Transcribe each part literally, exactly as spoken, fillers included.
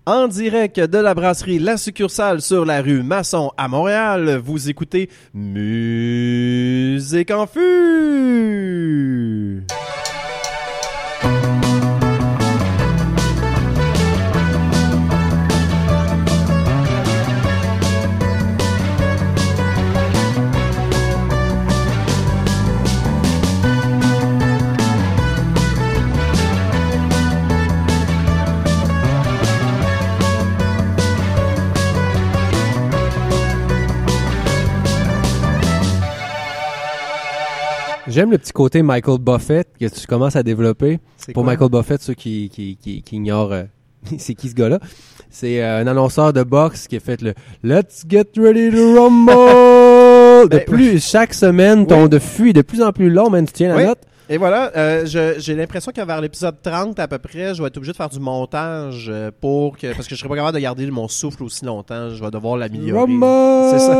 En direct de la brasserie La Succursale sur la rue Masson à Montréal, vous écoutez Musique en fût. J'aime le petit côté Michael Buffett que tu commences à développer. C'est Pour quoi? Michael Buffett, ceux qui, qui, qui, qui ignorent euh, c'est qui ce gars-là. C'est euh, un annonceur de boxe qui a fait le « Let's get ready to rumble ». De Ben, plus, chaque semaine, ton oui. de fût est de plus en plus long, man, tu tiens la Oui. note. Et voilà, euh, je, j'ai l'impression qu'à vers l'épisode trente à peu près, je vais être obligé de faire du montage euh, pour que parce que je serai pas capable de garder mon souffle aussi longtemps. Je vais devoir l'améliorer. Rumble! C'est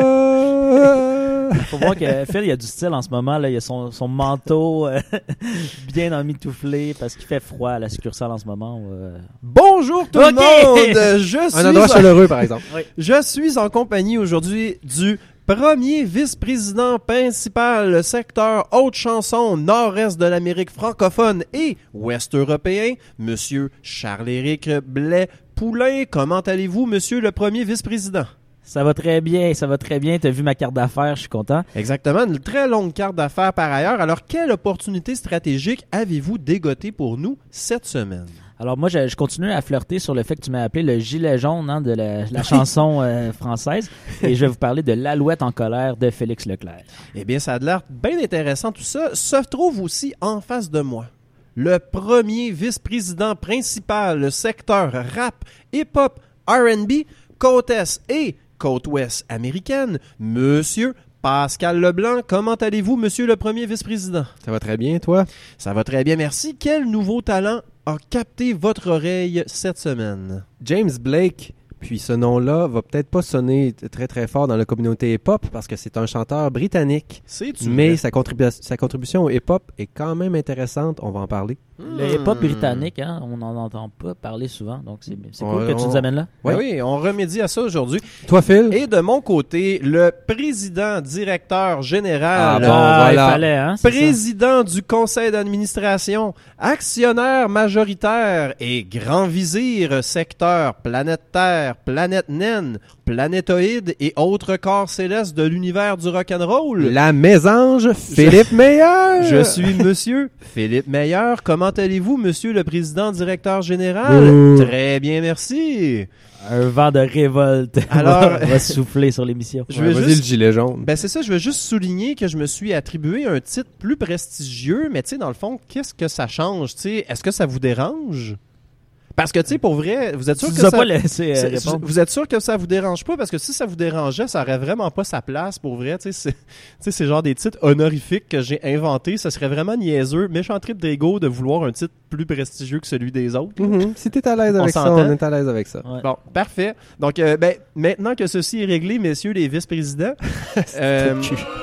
ça. Faut voir que Phil, il a du style en ce moment. Là. Il a son, son manteau euh, bien emmitouflé parce qu'il fait froid à la succursale en ce moment. Euh... Bonjour tout Ok. le monde. Je suis Un endroit en- chaleureux, par exemple. Je suis en compagnie aujourd'hui du premier vice-président principal secteur Haute-Chanson, nord-est de l'Amérique francophone et ouest-européen, Monsieur Charles-Éric Blais-Poulain. Comment allez-vous, Monsieur le premier vice-président? Ça va très bien, ça va très bien. T'as vu ma carte d'affaires, je suis content. Exactement, une très longue carte d'affaires par ailleurs. Alors, quelle opportunité stratégique avez-vous dégoté pour nous cette semaine? Alors moi, je, je continue à flirter sur le fait que tu m'as appelé le gilet jaune hein, de la, la chanson euh, française. Et je vais vous parler de l'Alouette en colère de Félix Leclerc. Eh bien, ça a l'air bien intéressant tout ça. Se trouve aussi en face de moi le premier vice-président principal, secteur rap, hip-hop, R and B, côte est et côte ouest américaine, Monsieur Pascal Leblanc. Comment allez-vous, Monsieur le premier vice-président? Ça va très bien, toi? Ça va très bien, merci. Quel nouveau talent a capté votre oreille cette semaine? James Blake, puis ce nom-là va peut-être pas sonner t- très très fort dans la communauté hip-hop parce que c'est un chanteur britannique, C'est-tu mais vrai? sa, contribu- sa contribution au hip-hop est quand même intéressante, on va en parler. Le hip-hop britannique, hein, on n'en entend pas parler souvent. Donc c'est, c'est cool Ouais, que tu on- nous amènes là. Ben oui, on remédie à ça aujourd'hui. Toi, Phil? Et de mon côté, le président directeur général, Ah bon, Ah, voilà. il fallait, hein, c'est ça. président du conseil d'administration, actionnaire majoritaire et grand vizir secteur planète Terre, planète naine, planétoïde et autres corps célestes de l'univers du rock'n'roll. La mésange Philippe Meilleur! Je suis monsieur Philippe Meilleur. Comment allez-vous, monsieur le président directeur général? Ouh. Très bien, merci. Un vent de révolte Alors- va, va souffler sur l'émission. Je Ouais, veux vas-y, juste- le gilet jaune. Ben c'est ça, je veux juste souligner que je me suis attribué un titre plus prestigieux, mais tu sais, dans le fond, qu'est-ce que ça change? Tu sais, est-ce que ça vous dérange? Parce que, tu sais, pour vrai, vous êtes sûr Tu que nous as ça... pas laissé euh, c'est- répondre. vous êtes sûr que ça vous dérange pas? Parce que si ça vous dérangeait, ça aurait vraiment pas sa place, pour vrai. Tu sais, c'est, tu sais, c'est genre des titres honorifiques que j'ai inventés. Ça serait vraiment niaiseux, méchant trip d'ego de vouloir un titre plus prestigieux que celui des autres. Mhm. Si t'es à l'aise On avec ça, s'entend? on est à l'aise avec ça. Ouais. Bon, parfait. Donc, euh, ben, maintenant que ceci est réglé, messieurs les vice-présidents, euh,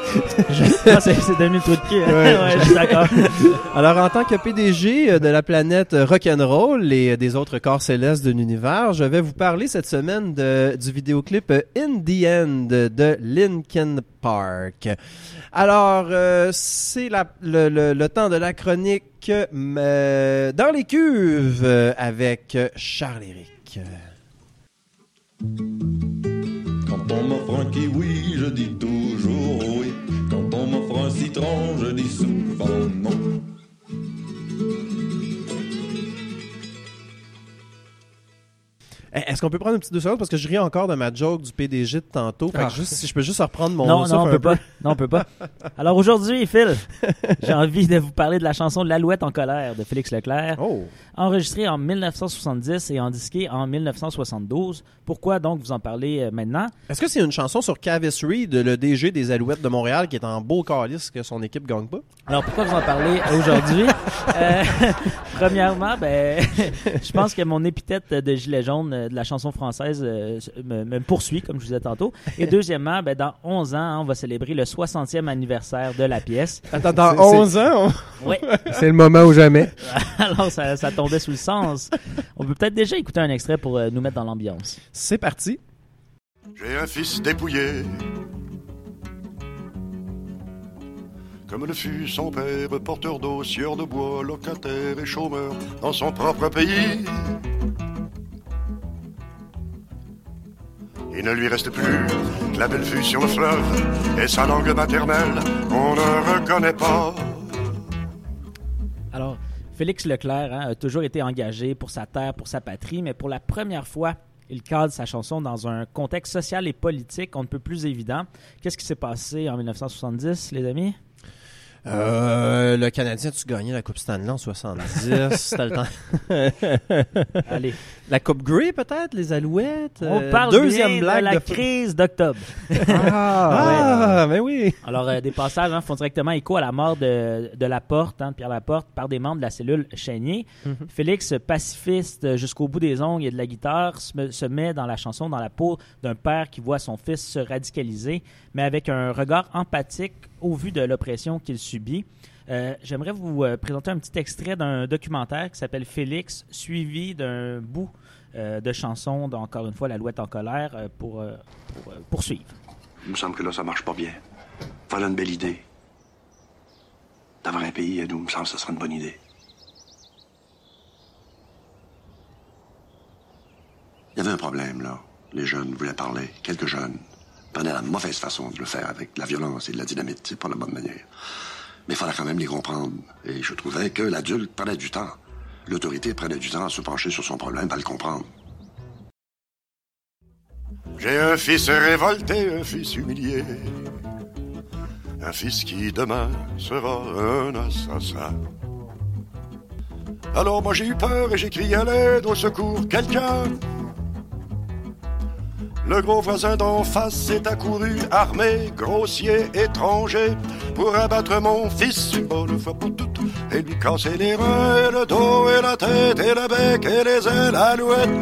Ah, c'est, c'est devenu le trou de cul. hein. Ouais, Ouais, je suis d'accord. alors en tant que P D G de la planète Rock'n'Roll et des autres corps célestes de l'univers, je vais vous parler cette semaine de, du vidéoclip In the End de Linkin Park. Alors, euh, c'est la, le, le, le temps de la chronique euh, dans les cuves euh, avec Charles-Éric. Quand on m'offre un kiwi, je dis toujours oui. Quand on m'offre un citron, je dis souvent non. Eh, Est-ce qu'on peut prendre une petite deux secondes parce que je ris encore de ma joke du P D G de tantôt. Fait que Ah. juste, si je peux juste reprendre mon Non, souffle non, on un peut peu. pas. Non, on peut pas. Alors aujourd'hui, Phil, j'ai envie de vous parler de la chanson L'Alouette en colère de Félix Leclerc, Oh. enregistrée en dix-neuf cent soixante-dix et endisquée en dix-neuf cent soixante-douze. Pourquoi donc vous en parler euh, maintenant? Est-ce que c'est une chanson sur Cavis Reed, le D G des Alouettes de Montréal, qui est en beau calice que son équipe gagne pas? Alors pourquoi vous en parler aujourd'hui? Euh, premièrement, ben, je pense que mon épithète de gilet jaune euh, de la chanson française euh, me, me poursuit, comme je vous disais tantôt. Et deuxièmement, ben, dans onze ans, hein, on va célébrer le soixantième anniversaire de la pièce. Attends, dans C'est- onze ans, on- Oui, C'est le moment ou jamais. alors ça, ça tombait sous le sens. On peut peut-être déjà écouter un extrait pour euh, nous mettre dans l'ambiance. c'est parti. J'ai un fils dépouillé, comme le fut son père, porteur d'eau, sieur de bois, locataire et chômeur dans son propre pays. Il ne lui reste plus que la belle vue sur le fleuve et sa langue maternelle qu'on ne reconnaît pas. Alors, Félix Leclerc hein, a toujours été engagé pour sa terre, pour sa patrie, mais pour la première fois, il cadre sa chanson dans un contexte social et politique on ne peut plus évident. Qu'est-ce qui s'est passé en dix-neuf cent soixante-dix, les amis? Euh, le Canadien, tu gagnais la Coupe Stanley en soixante-dix. C'était le temps. Allez, La Coupe Grey, peut-être, les Alouettes. on euh, parle deuxième bien blague de la de... crise d'octobre. Ah, mais oui. Alors, euh, des passages hein, font directement écho à la mort de, de Laporte, hein, de Pierre Laporte, par des membres de la cellule Chénier. Mhm. Félix, pacifiste jusqu'au bout des ongles et de la guitare, se, se met dans la chanson dans la peau d'un père qui voit son fils se radicaliser, mais avec un regard empathique au vu de l'oppression qu'il subit. Euh, j'aimerais vous euh, présenter un petit extrait d'un documentaire qui s'appelle Félix, suivi d'un bout euh, de chanson, de, encore une fois, l'Alouette en colère, euh, pour, euh, pour euh, poursuivre. Il me semble que là, ça marche pas bien. Voilà une belle idée. D'avoir un pays à nous, il me semble que ce serait une bonne idée. Il y avait un problème, là. Les jeunes voulaient parler. Quelques jeunes prenaient la mauvaise façon de le faire avec de la violence et de la dynamite. C'est pas la bonne manière. Mais il fallait quand même les comprendre. Et je trouvais que l'adulte prenait du temps. L'autorité prenait du temps à se pencher sur son problème, à le comprendre. J'ai un fils révolté, un fils humilié. Un fils qui demain sera un assassin. Alors moi j'ai eu peur et j'ai crié à l'aide, au secours, quelqu'un. Le gros voisin d'en face s'est accouru, armé, grossier, étranger, pour abattre mon fils une bonne fois pour toutes, et lui casser les reins, et le dos, et la tête, et le bec, et les ailes, alouette.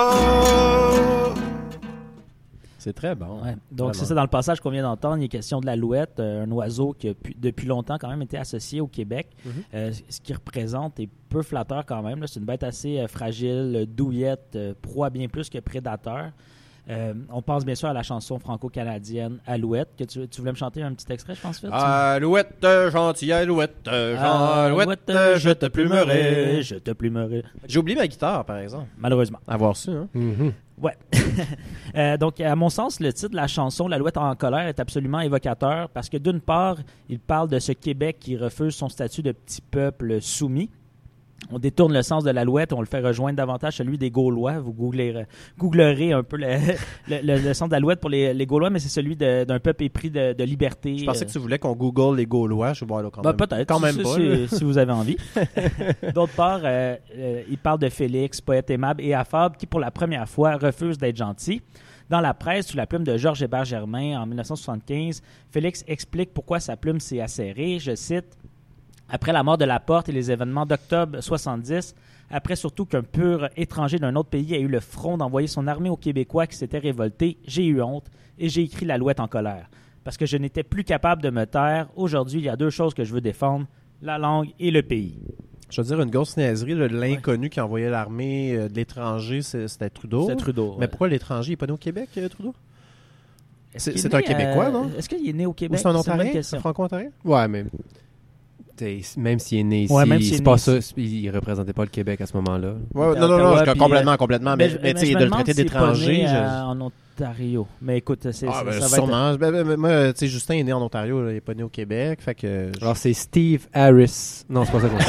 Oh! C'est très bon. Ouais. Donc, Vraiment. c'est ça, dans le passage qu'on vient d'entendre, il est question de l'alouette, euh, un oiseau qui a pu- depuis longtemps quand même été associé au Québec. Mhm. Euh, ce qui représente est peu flatteur quand même. là. C'est une bête assez euh, fragile, euh, douillette, euh, proie bien plus que prédateur. Euh, on pense bien sûr à la chanson franco-canadienne Alouette. Que tu, tu voulais me chanter un petit extrait, je pense, Fitz? Alouette, euh, gentille Alouette, euh, Alouette, euh, je te plumerai. Je te plumerai. J'ai oublié ma guitare, par exemple. Malheureusement. Avoir su, hein. Mhm. Ouais. Euh, donc, à mon sens, le titre de la chanson, L'Alouette en colère, est absolument évocateur parce que d'une part, il parle de ce Québec qui refuse son statut de petit peuple soumis. On détourne le sens de l'alouette, on le fait rejoindre davantage celui des Gaulois. Vous googlerez, googlerez un peu le, le, le, le sens de l'alouette pour les, les Gaulois, mais c'est celui de- d'un peuple épris de, de liberté. Je pensais euh, que tu voulais qu'on google les Gaulois. Je vois là quand Ben, même. peut-être, Quand si- même si, pas. si, là. si vous avez envie. D'autre part, euh, euh, il parle de Félix, poète aimable et affable, qui pour la première fois refuse d'être gentil. Dans la presse, sous la plume de Georges Hébert-Germain en dix-neuf cent soixante-quinze, Félix explique pourquoi sa plume s'est acérée. Je cite: « Après la mort de Laporte et les événements d'octobre soixante-dix, après surtout qu'un pur étranger d'un autre pays a eu le front d'envoyer son armée aux Québécois qui s'étaient révoltés, j'ai eu honte et j'ai écrit l'Alouette en colère. Parce que je n'étais plus capable de me taire. Aujourd'hui, il y a deux choses que je veux défendre, la langue et le pays. » Je veux dire, une grosse niaiserie, là, l'inconnu qui envoyait l'armée euh, de l'étranger, c'est- c'était Trudeau. C'est Trudeau. Mais ouais. pourquoi l'étranger n'est pas né au Québec, euh, Trudeau? Est-ce C'est- qu'il est c'est né, un Québécois, euh, non? Est-ce qu'il est né au Ou Québec? c'est un une bonne Ontarien? question. Un Franco-Ontarien? Ouais, mais t'sais, même s'il est né ici, Ouais, même s'il est c'est né pas ici. ça. Il représentait pas le Québec à ce moment-là. Ouais, Était non, non, non, Ottawa, je- puis, complètement, euh, complètement. Mais, je- mais tu sais, je me de le demande traiter s'il est pas d'étranger. né, je- euh, en Ontario. Mais écoute, c'est, Ah, c'est- ben, ça va être... sûrement. Ben, ben, ben, moi, tu sais, Justin est né en Ontario, là, il n'est pas né au Québec. Fait que. je- Alors, c'est Steve Harris. Non, c'est pas ça qu'on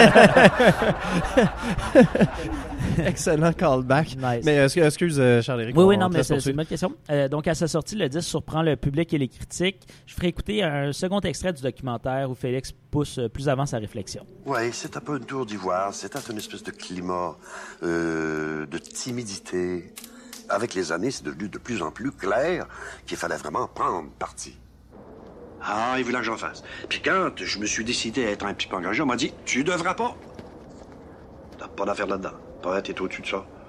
fait. Excellent callback. Nice. Mais excuse, excuse euh, Charles-Éric. Oui, on- oui, on non, te mais laisse c'est, c'est poursuivre. une bonne question. Euh, donc, à sa sortie, le disque surprend le public et les critiques. Je ferai écouter un second extrait du documentaire où Félix pousse euh, plus avant sa réflexion. Oui, c'est un peu une tour d'ivoire. C'était une espèce de climat euh, de timidité. Avec les années, c'est devenu de plus en plus clair qu'il fallait vraiment prendre parti. Ah, il voulait que j'en fasse. Puis quand je me suis décidé à être un petit peu engagé, on m'a dit « Tu devras pas. T'as pas d'affaire là-dedans. Pas t'es au-dessus de ça.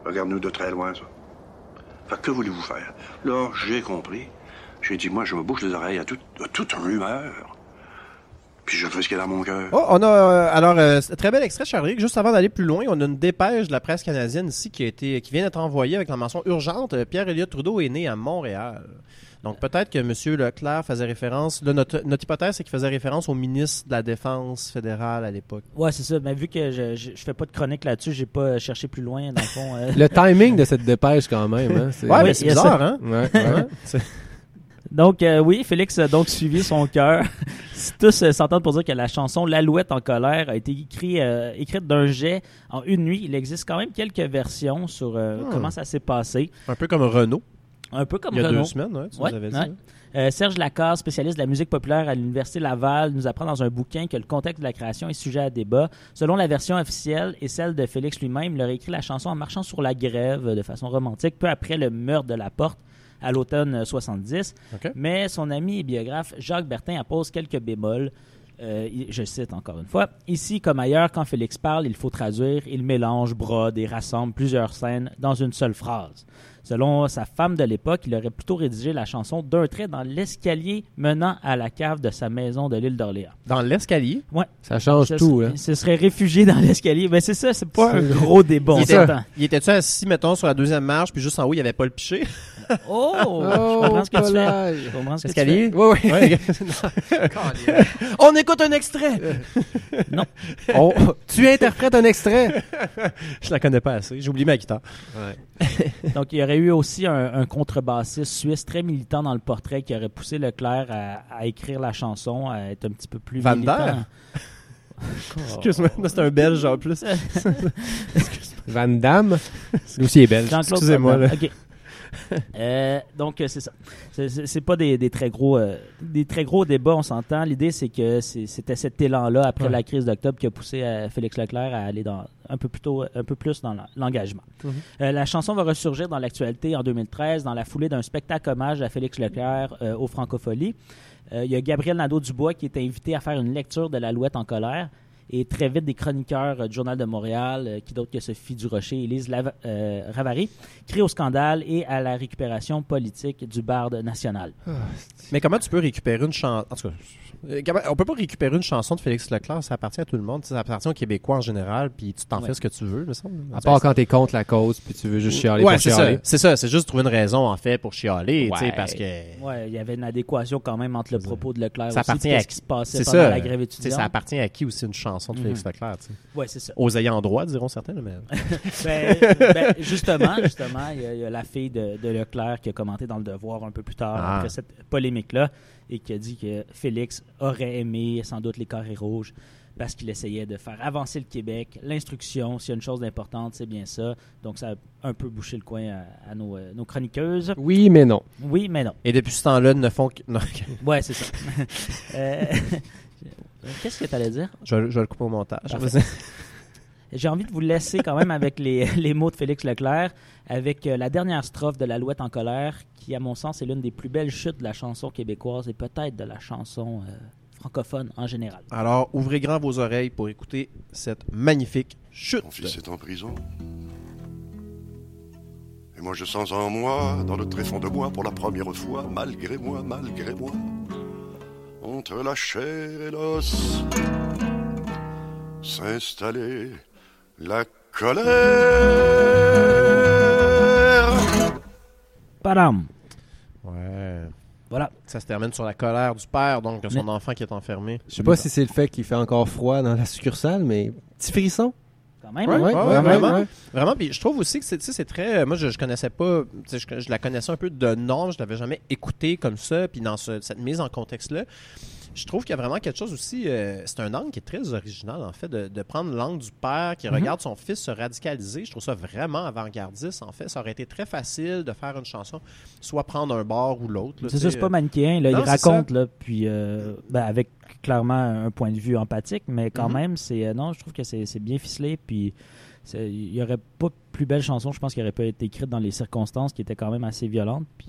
Regarde-nous de très loin, ça. Fait que voulez-vous faire? Là, j'ai compris. J'ai dit, moi, je me bouche les oreilles à, tout, à toute rumeur. Puis je fais ce qu'il y a dans mon cœur. Oh, on a euh, alors euh, très bel extrait, Charles. Juste avant d'aller plus loin, on a une dépêche de la presse canadienne ici qui a été qui vient d'être envoyée avec la mention urgente. Pierre-Éliott Trudeau est né à Montréal. Donc peut-être que M. Leclerc faisait référence. Là, notre, notre hypothèse, c'est qu'il faisait référence au ministre de la Défense fédérale à l'époque. Ouais, c'est ça. Mais vu que je, je, je fais pas de chronique là-dessus, j'ai pas cherché plus loin dans le fond. Euh... Le timing de cette dépêche quand même. Hein, c'est... Ouais, Oui, mais c'est il y a bizarre, ça. hein? Ouais, ouais. C'est- Donc, euh, oui, Félix a donc suivi son cœur. Tous euh, s'entendent pour dire que la chanson L'Alouette en colère a été écrit, euh, écrite d'un jet en une nuit. Il existe quand même quelques versions sur euh, Hmm. comment ça s'est passé. Un peu comme Renaud, Un peu comme il y a Renaud. deux semaines, ouais, tu Ouais, nous avais dit. ouais. Euh, Serge Lacasse, spécialiste de la musique populaire à l'Université Laval, nous apprend dans un bouquin que le contexte de la création est sujet à débat. Selon la version officielle et celle de Félix lui-même, il aurait écrit la chanson en marchant sur la grève de façon romantique, peu après le meurtre de Laporte à l'automne soixante-dix. OK. Mais son ami et biographe Jacques Bertin appose quelques bémols. Euh, il- je cite encore une fois. Ici, comme ailleurs, quand Félix parle, il faut traduire. Il mélange, brode et rassemble plusieurs scènes dans une seule phrase. Selon sa femme de l'époque, il aurait plutôt rédigé la chanson d'un trait dans l'escalier menant à la cave de sa maison de l'île d'Orléans. Dans l'escalier. Ouais. Ça change Ce- tout. Là. Il se serait réfugié dans l'escalier. Ben c'est ça, c'est pas un gros débat. Il on était, s'entend. il était-tu assis, mettons, sur la deuxième marche, puis juste en haut, il n'y avait pas le piché? Oh! je comprends ce que tu fais. Je comprends ce que tu Escalier? Oui, oui. Ouais. On écoute un extrait! On- Tu interprètes un extrait. Je la connais pas assez. J'ai oublié ma guitare. fais. Donc, il y aurait eu aussi un, un contrebassiste suisse très militant dans le portrait qui aurait poussé Leclerc à, à écrire la chanson, à être un petit peu plus Van militant. Der? Excuse-moi, c'est un Belge en plus. Van Damme. Lui aussi est belge. Jean-Claude Excusez-moi, Van Damme. là. OK. Euh, donc euh, c'est ça. C'est, c'est, c'est pas des, des très gros euh, des très gros débats, on s'entend. L'idée c'est que c'est, c'était cet élan-là après Ouais. la crise d'octobre qui a poussé euh, Félix Leclerc à aller dans un peu plus tôt, un peu plus dans l'engagement. Mhm. Euh, la chanson va ressurgir dans l'actualité en deux mille treize dans la foulée d'un spectacle hommage à Félix Leclerc euh, au Francofolie. Euh, Il y a Gabriel Nadeau-Dubois qui est invité à faire une lecture de l'Alouette en colère. Et très vite, des chroniqueurs euh, du Journal de Montréal, euh, qui d'autre que Sophie Durocher et Lise Lava- euh, Ravary, crient au scandale et à la récupération politique du barde national. Mais comment tu peux récupérer une chanson? En tout cas, euh, comment- on peut pas récupérer une chanson de Félix Leclerc, ça appartient à tout le monde. Ça appartient aux Québécois en général, puis tu t'en Ouais. fais ce que tu veux, me semble. À part quand t'es contre la cause puis tu veux juste chialer Ouais, pour c'est chialer. ça. C'est ça. C'est juste trouver une raison, en fait, pour chialer, tu sais, Ouais. parce que. Ouais, il y avait une adéquation quand même entre le propos de Leclerc Ça aussi, appartient puis à- qu'est-ce qui se passait C'est pendant ça. la grève Tu sais, étudiante. ça appartient à qui aussi une chanson de Félix Mhm. Leclerc, tu sais. Ouais, c'est ça. Aux ayants droit, diront certains, mais. ben, ben, justement, justement, il y, a- il y a la fille de, de Leclerc qui a commenté dans Le Devoir un peu plus tard, Ah. après cette polémique-là, et qui a dit que Félix aurait aimé sans doute les carrés rouges parce qu'il essayait de faire avancer le Québec. L'instruction, s'il y a une chose d'importante, c'est bien ça. Donc, ça a un peu bouché le coin à, à nos, euh, nos chroniqueuses. Oui, mais non. Oui, mais non. Et depuis ce temps-là, ils ne font que. Non, Ouais, c'est ça. Euh, Qu'est-ce que tu allais dire? je, vais, je vais le couper au montage. Parfait. J'ai envie de vous laisser quand même avec les, les mots de Félix Leclerc, avec euh, la dernière strophe de l'Alouette en colère, qui, à mon sens, est l'une des plus belles chutes de la chanson québécoise et peut-être de la chanson euh, francophone en général. Alors, ouvrez grand vos oreilles pour écouter cette magnifique chute. Mon fils est en prison. Et moi je sens en moi, dans le tréfonds de moi, pour la première fois, malgré moi, malgré moi, entre la chair et l'os, s'installer la colère. Padam! Ouais. Voilà. Ça se termine sur la colère du père, donc de son Mais- enfant qui est enfermé. Je sais pas si c'est le fait qu'il fait encore froid dans la succursale, mais petit frisson. Quand même. Ouais, hein? ouais, ouais, vraiment. ouais. Vraiment, puis je trouve aussi que c'est, tu sais, c'est très. Moi, je, je connaissais pas. Tu sais, Je, je la connaissais un peu de nom, je l'avais jamais écoutée comme ça, puis dans ce- cette mise en contexte-là. Je trouve qu'il y a vraiment quelque chose aussi. euh, c'est un angle qui est très original, en fait, de, de prendre l'angle du père qui Mhm. regarde son fils se radicaliser. Je trouve ça vraiment avant-gardiste, en fait. Ça aurait été très facile de faire une chanson, soit prendre un bord ou l'autre. là, C'est tu ça, sais, c'est pas manichéen. Là, Non, il c'est raconte, là, puis euh, ben, avec clairement un point de vue empathique, mais quand Mhm. même, c'est euh, non, je trouve que c'est c'est bien ficelé, puis c'est- il y aurait pas plus belle chanson, je pense, qui aurait pas été écrite dans les circonstances qui étaient quand même assez violentes. Puis, Ouais.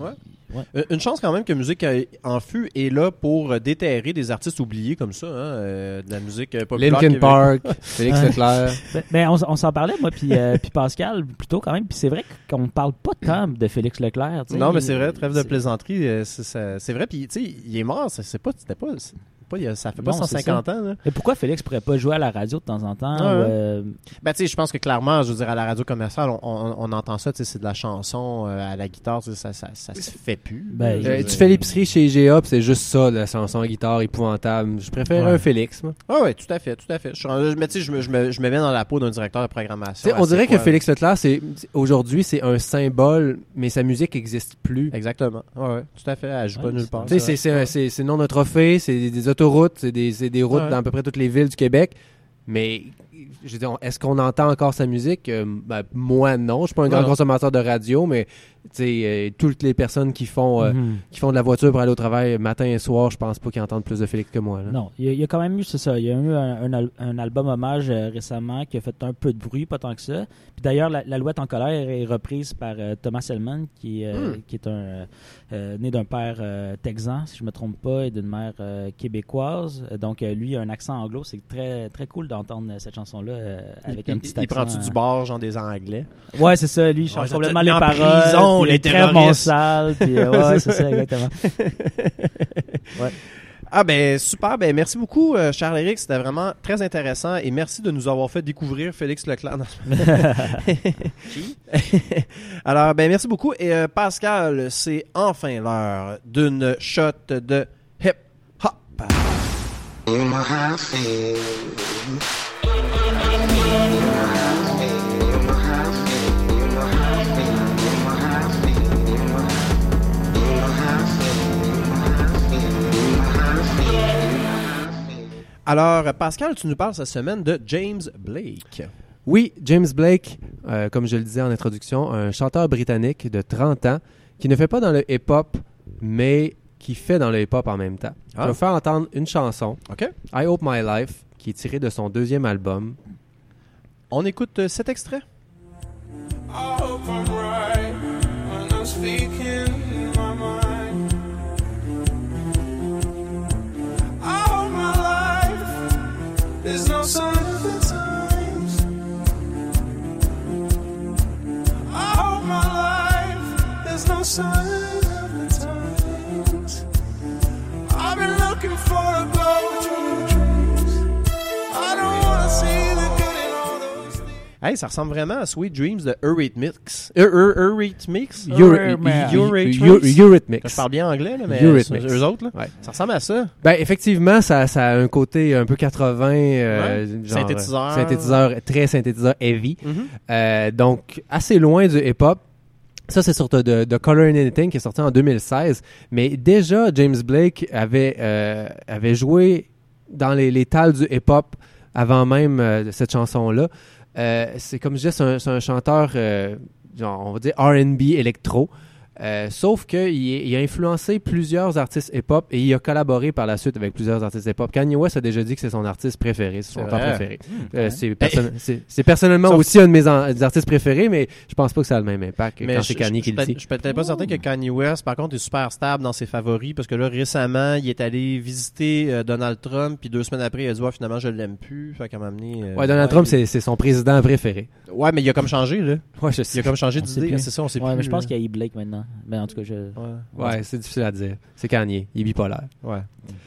Ouais. Une chance quand même que Musique en fût est là pour déterrer des artistes oubliés comme ça, hein, euh, de la musique populaire. Linkin Park, Félix Leclerc. Ben, ben, on, on s'en parlait, moi, puis euh, puis Pascal, plutôt quand même. Puis c'est vrai qu'on parle pas tant de Félix Leclerc. Non, mais c'est vrai, trêve de plaisanterie, c'est, c'est, c'est vrai. Puis, tu sais, il est mort, c'est, c'est pas, c'était pas, c'est pas, ça fait pas non, cent cinquante ans. Là. Et pourquoi Félix pourrait pas jouer à la radio de temps en temps? Ah, ou, ouais. euh... Ben, tu sais, je pense que clairement, je veux dire, à la radio commerciale, on, on, on entend ça, tu sais, c'est de la chanson euh, à la guitare, ça, ça, ça, ça se fait plus. Ben, Euh, tu fais l'épicerie chez I G A, pis c'est juste ça, la chanson à guitare épouvantable. Je préfère Ouais. un Félix, moi. Ah ouais, tout à fait, tout à fait. Je, suis- mais tu sais, je me, je, me, je me mets dans la peau d'un directeur de programmation. T'sais, on assez dirait que quoi, Félix Leclerc, c'est aujourd'hui, c'est un symbole, mais sa musique n'existe plus. Exactement. Ouais, ouais, tout à fait. Elle joue Ouais, pas nulle c'est part. Tu sais, c'est, c'est, c'est, c'est non de trophée, c'est des, des autoroutes, c'est des, c'est des routes Ouais. dans à peu près toutes les villes du Québec. Mais, je veux dire, est-ce qu'on entend encore sa musique? Euh, ben, moi, non. Je suis pas un grand Non. consommateur de radio, mais tu sais, euh, toutes les personnes qui font, euh, mhm. qui font de la voiture pour aller au travail matin et soir, je pense pas qu'ils entendent plus de Félix que moi. Là. Non, il y, a, il y a quand même eu, c'est ça, il y a eu un, un, al- un album hommage euh, récemment qui a fait un peu de bruit, pas tant que ça. Puis d'ailleurs, la, l'Alouette en colère est reprise par euh, Thomas Selman, qui, euh, Hmm. qui est un euh, euh, né d'un père euh, texan, si je me trompe pas, et d'une mère euh, québécoise. Euh, Donc euh, lui, il a un accent anglo. C'est très très cool d'entendre euh, cette chanson-là euh, avec il, un petit il, il accent. prend-tu du bord, genre des Anglais? euh, Ouais, c'est ça. Lui, il change Ouais, complètement t'as les mis en paroles. prison, puis il les est très terroristes. bon sale. Puis euh, ouais, c'est ça, exactement. Ouais. Ah ben super, ben merci beaucoup euh, Charles-Éric, c'était vraiment très intéressant et merci de nous avoir fait découvrir Félix Leclerc. Qui? Alors ben merci beaucoup et euh, Pascal, c'est enfin l'heure d'une shot de hip hop. Alors Pascal, tu nous parles cette semaine de James Blake. Oui, James Blake, euh, comme je le disais en introduction, un chanteur britannique de trente ans qui ne fait pas dans le hip-hop, mais qui fait dans le hip-hop en même temps. Ah. Je vais vous faire entendre une chanson, OK. I Hope My Life, qui est tirée de son deuxième album. On écoute euh, cet extrait. I hope I'm right when I'm speaking in my mind. I hope my life is no sign of the times. I hope my life is no sign of the times. I've been looking for a glow between the trees. I don't wanna see the good in all those things. Hey, ça ressemble vraiment à Sweet Dreams de Eurythmics. Eu- Eu- Eurythmics? Eurythmics. Eurythmics. Eurythmics. Je parle bien anglais, là, mais Eurythmics. eux autres, là, Ouais. ça ressemble à ça. Ben, effectivement, ça, ça a un côté un peu quatre-vingts, euh, Ouais. genre, Synthétiseur. euh, synthétiseur, très synthétiseur heavy. Mm-hmm. Euh, donc, assez loin du hip-hop. Ça, c'est sur de, de Color in Anything qui est sorti en deux mille seize. Mais déjà, James Blake avait, euh, avait joué dans les, les tales du hip-hop avant même euh, cette chanson-là. Euh, c'est comme je disais, c'est un, c'est un chanteur, euh, genre, on va dire R and B électro. Euh, sauf qu'il il a influencé plusieurs artistes hip-hop et il a collaboré par la suite avec plusieurs artistes hip-hop. Kanye West a déjà dit que c'est son artiste préféré, c'est son C'est auteur vrai. préféré. Mmh, Euh, ouais. c'est, perso- c'est, c'est personnellement Sauf- aussi un de mes an- des artistes préférés, mais je pense pas que ça a le même impact que Mais quand je, c'est Kanye je, qui je, le je, dit. je suis peut-être pas certain que Kanye West, par contre, est super stable dans ses favoris parce que là, récemment, il est allé visiter euh, Donald Trump, puis deux semaines après, il a dit ouais, finalement, je l'aime plus. Fait qu'à m'amener. Euh, Ouais, Donald ouais, Trump, il- c'est, c'est son président préféré. Ouais, mais il a comme changé, là. Ouais, je Il sais. a comme changé On sait d'idée. plus. C'est ça, on sait Ouais, plus. mais je pense là. qu'il y a E. Blake maintenant. Mais en tout cas, je. Ouais. Ouais, c'est difficile à dire. C'est Kanye, il est bipolaire. Ouais.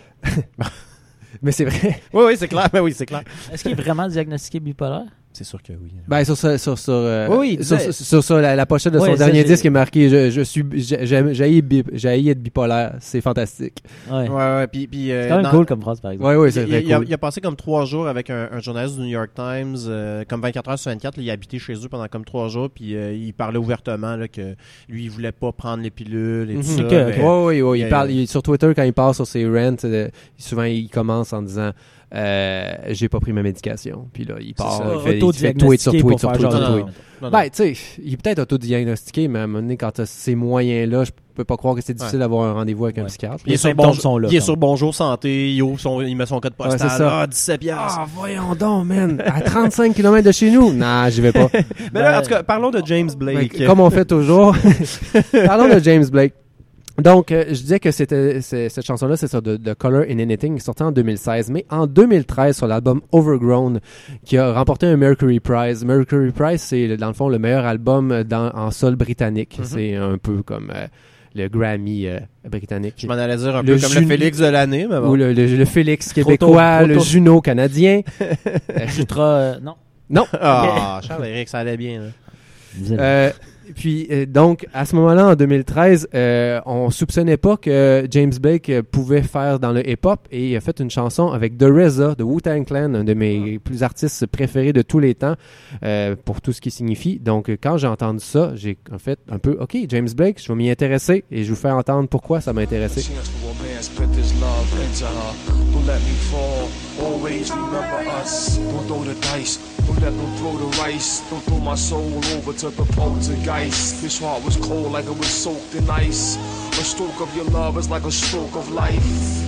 Mais c'est vrai. Oui, oui, c'est clair. Ben oui, c'est clair. Est-ce qu'il est vraiment diagnostiqué bipolaire? C'est sûr que oui. Ben, sur, ça- sur, sur, euh, Oui, oui, il sur, disait- sur, sur, sur la, la pochette de Ouais, son ça, dernier j'ai- disque est marqué je, je suis j'ai- j'aime- j'haïs bi- j'haïs être bipolaire, c'est fantastique. Ouais. Ouais, ouais. Puis, puis, euh, C'est quand même dans- cool comme phrase, par exemple. Ouais, ouais, Il, c'est il- très il a, cool. il a passé comme trois jours avec un, un journaliste du New York Times, euh, comme vingt-quatre heures sur vingt-quatre. Là, il a habité chez eux pendant comme trois jours, puis euh, il parlait ouvertement là, que lui, il voulait pas prendre les pilules et tout Mhm. ça. Ok, mais- ok. Ouais, ouais, ouais, Il y il a- parle, il- sur Twitter, quand il parle sur ses rants, euh, souvent il commence en disant euh, j'ai pas pris ma médication. Puis là, il part, ça. il fait, il fait tweet sur Autodiagnostiqué tweet pour sur faire tweet genre sur non, tweet. non, non. Ben, tu sais, il est peut-être autodiagnostiqué, mais à un moment donné, quand tu as ces moyens-là, je peux pas croire que c'est difficile Ouais. d'avoir un rendez-vous avec un Ouais. psychiatre. Il est, Les sur, symptômes bonjour, sont là, il est quand sur Bonjour Santé, il, ouvre son, il met son code Ouais, postal. c'est ça. Ah, dix-sept piastres. Ah, voyons donc, man! À trente-cinq kilomètres de chez nous? Non, j'y vais pas. Mais là, en tout cas, parlons de James Blake. Ben, comme on fait toujours. Parlons de James Blake. Donc, euh, je disais que c'était c'est, cette chanson-là, c'est ça, de, de Color in Anything, qui est sortie en deux mille seize. Mais en deux mille treize, sur l'album Overgrown, qui a remporté un Mercury Prize. Mercury Prize, c'est dans le fond le meilleur album dans, en sol britannique. Mm-hmm. C'est un peu comme euh, le Grammy euh, britannique. Je m'en allais dire un le peu comme Jun- le Félix de l'année, mais bon. Ou le, le, le Félix québécois, trop tôt. le Juno canadien. Jutra, euh, non. Non. Ah, Charles-Éric, ça allait bien. Là. Euh, puis euh, donc à ce moment-là en deux mille treize, euh, on soupçonnait pas que James Blake euh, pouvait faire dans le hip-hop et il a fait une chanson avec The R Z A de Wu-Tang Clan, un de mes plus artistes préférés de tous les temps, euh, pour tout ce qu'il signifie. Donc quand j'ai entendu ça, j'ai en fait un peu OK, James Blake, je vais m'y intéresser et je vous fais entendre pourquoi ça m'a intéressé. Always remember us. Don't throw the dice. Don't let them throw the rice. Don't throw my soul over to the poltergeist. This heart was cold like it was soaked in ice. A stroke of your love is like a stroke of life.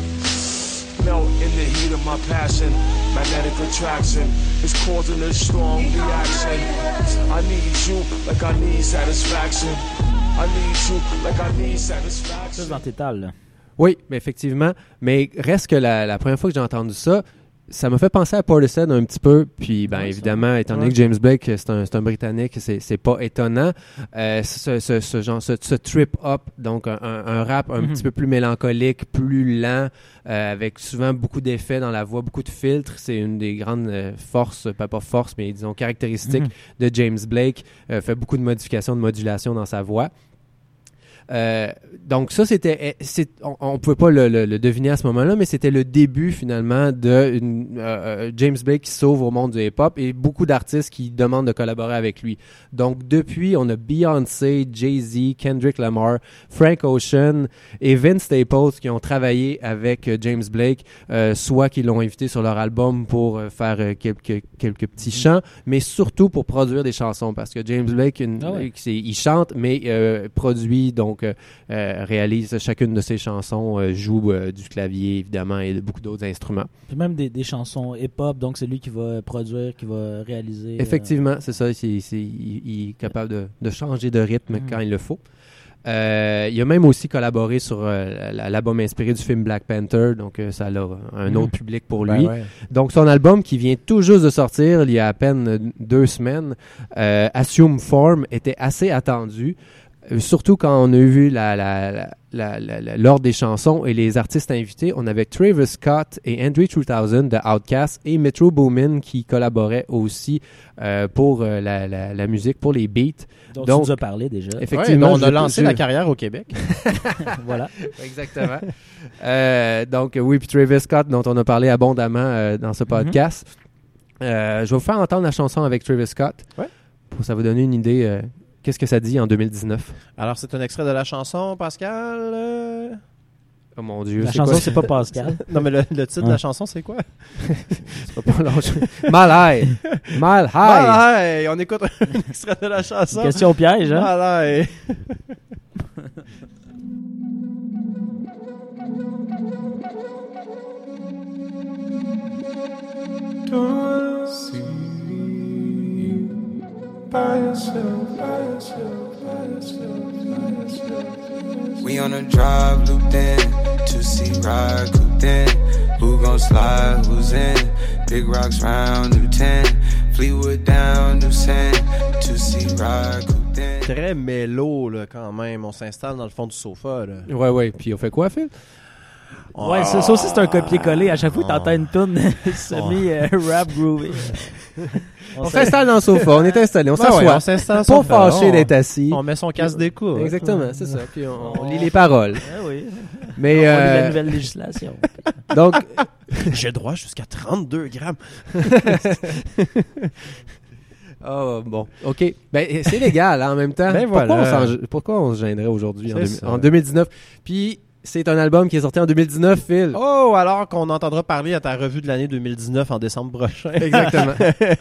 Melt in the heat of my passion. Magnetic attraction is causing a strong reaction. I need you like I need satisfaction. I need you like I need satisfaction. Ça, c'est dans tes tales, là. Oui, mais effectivement. Mais reste que la, la première fois que j'ai entendu ça, ça m'a fait penser à Portishead un petit peu. Puis, ben, ouais, évidemment, étant donné ouais. que James Blake, c'est un, c'est un Britannique, c'est, c'est pas étonnant. Euh, ce, ce, ce genre, ce, ce trip-up, donc un, un, un rap un mm-hmm. petit peu plus mélancolique, plus lent, euh, avec souvent beaucoup d'effets dans la voix, beaucoup de filtres. C'est une des grandes euh, forces, pas pas forces, mais disons caractéristiques mm-hmm. de James Blake. Euh, fait beaucoup de modifications, de modulation dans sa voix. Euh, donc ça c'était c'est, on, on pouvait pas le, le, le deviner à ce moment-là, mais c'était le début finalement de une, euh, James Blake qui s'ouvre au monde du hip-hop et beaucoup d'artistes qui demandent de collaborer avec lui. Donc depuis on a Beyoncé, Jay-Z, Kendrick Lamar, Frank Ocean et Vince Staples qui ont travaillé avec euh, James Blake, euh, soit qui l'ont invité sur leur album pour euh, faire euh, quelques quelques petits chants, mais surtout pour produire des chansons parce que James Blake une, ah ouais. c'est, il chante mais euh, produit donc Donc, euh, réalise chacune de ses chansons, euh, joue euh, du clavier, évidemment, et de beaucoup d'autres instruments. Puis même des, des chansons hip-hop, donc c'est lui qui va produire, qui va réaliser. Effectivement, euh... c'est ça. C'est, c'est, il, il est capable de, de changer de rythme mm. quand il le faut. Euh, il a même aussi collaboré sur euh, l'album inspiré du film Black Panther, donc euh, ça a un autre public pour lui. Ben ouais. Donc son album qui vient tout juste de sortir, il y a à peine deux semaines, euh, Assume Form, était assez attendu. Surtout quand on a vu la, la, la, la, la, la, l'ordre des chansons et les artistes invités, on avait Travis Scott et Andre three thousand de Outkast et Metro Boomin qui collaboraient aussi euh, pour euh, la, la, la musique, pour les beats. Donc, Donc tu nous as parlé déjà. Effectivement, ouais, on a je, lancé je... la carrière au Québec. Voilà. Exactement. euh, donc oui, puis Travis Scott dont on a parlé abondamment euh, dans ce podcast. Mm-hmm. Euh, je vais vous faire entendre la chanson avec Travis Scott. Ouais. Pour ça vous donner une idée... Euh, Qu'est-ce que ça dit en deux mille dix-neuf? Alors, c'est un extrait de la chanson, Pascal? Euh... Oh mon Dieu. La c'est chanson, quoi? c'est pas Pascal. Non, mais le, le titre ah. de la chanson, c'est quoi? C'est pas long. Mal High. Mal High. Mal High. On écoute un extrait de la chanson. Question piège, hein? Mal High. By yourself, by yourself, by yourself, by yourself. We on a drive looped in to see ride cooped in. Who gon' slide? Who's in? Big rocks round new ten. Fleetwood down new ten to see ride cooped in. Très mélo là quand même. On s'installe dans le fond du sofa là. Ouais ouais. Puis on fait quoi, Phil? Ouais, ça, ça aussi c'est un copier-coller. À chaque fois que t'entends une toune semi-rap groovy. On, on s'installe dans le sofa, on est installé, on ben s'assoit. Ouais, on s'installe pas fâché on, d'être assis. On met son casque d'écoute. Exactement, c'est ça. Puis on, on lit les paroles. Ah oui. Mais on euh... lit la nouvelle législation. Donc, j'ai droit jusqu'à trente-deux grammes. Oh, bon, ok. Ben, c'est légal hein, en même temps. Ben pourquoi, voilà. on s'en, pourquoi on se gênerait aujourd'hui en, deux, en deux mille dix-neuf? Puis, c'est un album qui est sorti en deux mille dix-neuf, Phil. Oh, alors qu'on entendra parler à ta revue de l'année deux mille dix-neuf en décembre prochain. Exactement.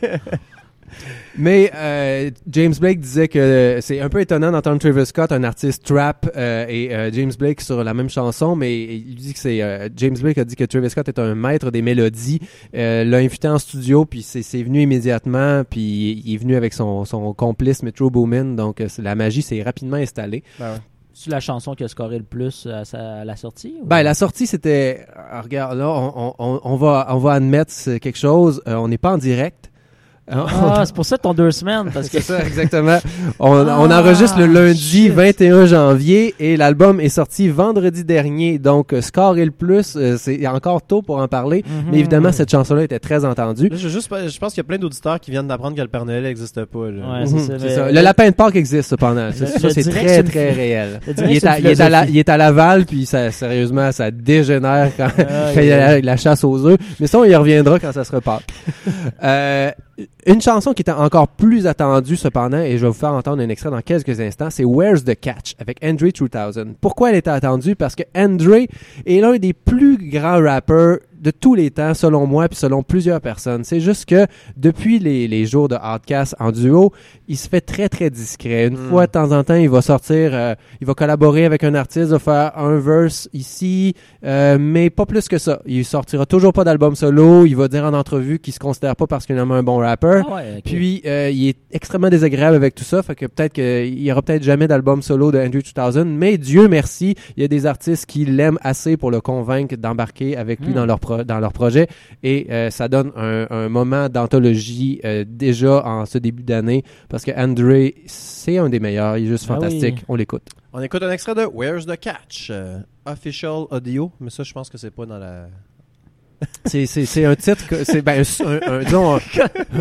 Mais euh, James Blake disait que c'est un peu étonnant d'entendre Travis Scott, un artiste trap, euh, et euh, James Blake sur la même chanson, mais il dit que c'est euh, James Blake a dit que Travis Scott est un maître des mélodies, euh, l'a invité en studio, puis c'est, c'est venu immédiatement, puis il est venu avec son, son complice Metro Boomin, donc euh, la magie s'est rapidement installée. Ben ouais. C'est la chanson qui a scoré le plus à, sa, à la sortie? Ou? Ben, la sortie, c'était... euh, regarde, là, on, on, on, va, on va admettre c'est quelque chose. Euh, on n'est pas en direct. Ah, c'est pour ça ton deux semaines. Parce que... C'est ça, exactement. On, Ah, on enregistre le lundi shit. vingt et un janvier et l'album est sorti vendredi dernier. Donc, euh, score et le plus, euh, c'est encore tôt pour en parler. Mm-hmm. Mais évidemment, cette chanson-là était très entendue. Là, je, juste, je pense qu'il y a plein d'auditeurs qui viennent d'apprendre que le Père Noël n'existe pas. Là. Ouais, c'est Mhm, ça, c'est mais- ça. Le lapin de Pâques existe cependant. Ça, Je- ça, je c'est dirais que très, c'est une très phi- réel. je dirais Il que est, c'est à, une il, est à la- philosophie. il est à Laval, puis ça, sérieusement, ça dégénère quand, Ah, quand il y a yeah. la, la chasse aux œufs. Mais ça, on y reviendra quand ça se repart. euh, une chanson qui était encore plus attendue cependant, et je vais vous faire entendre un extrait dans quelques instants, c'est Where's the Catch avec Andre trois mille. Pourquoi elle était attendue? Parce que Andre est l'un des plus grands rappeurs de tous les temps, selon moi, puis selon plusieurs personnes. C'est juste que depuis les, les jours de Outkast en duo, il se fait très, très discret. Une Mm. fois, de temps en temps, il va sortir, euh, il va collaborer avec un artiste, va faire un verse ici, euh, mais pas plus que ça. Il sortira toujours pas d'album solo, il va dire en entrevue qu'il se considère pas particulièrement un bon rappeur. Ah ouais, ok. Puis, euh, il est extrêmement désagréable avec tout ça, fait que peut-être qu'il y aura peut-être jamais d'album solo de Andre trois mille, mais Dieu merci, il y a des artistes qui l'aiment assez pour le convaincre d'embarquer avec lui Mm. dans leur pro- dans leur projet, et euh, ça donne un, un moment d'anthologie euh, déjà en ce début d'année, parce que Andre, c'est un des meilleurs, il est juste Ah fantastique, oui. on l'écoute. On écoute un extrait de Where's the Catch? euh, official audio, mais ça, je pense que c'est pas dans la... C'est, c'est, c'est un titre, que- c'est ben, un, un, un- disons, un,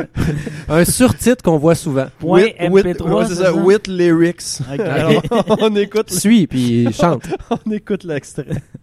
un surtitre qu'on voit souvent. Point With- M with- P trois, ouais, c'est c'est ça, ça? with lyrics. Ok. Alors, on écoute, Suis, puis chante. on écoute l'extrait.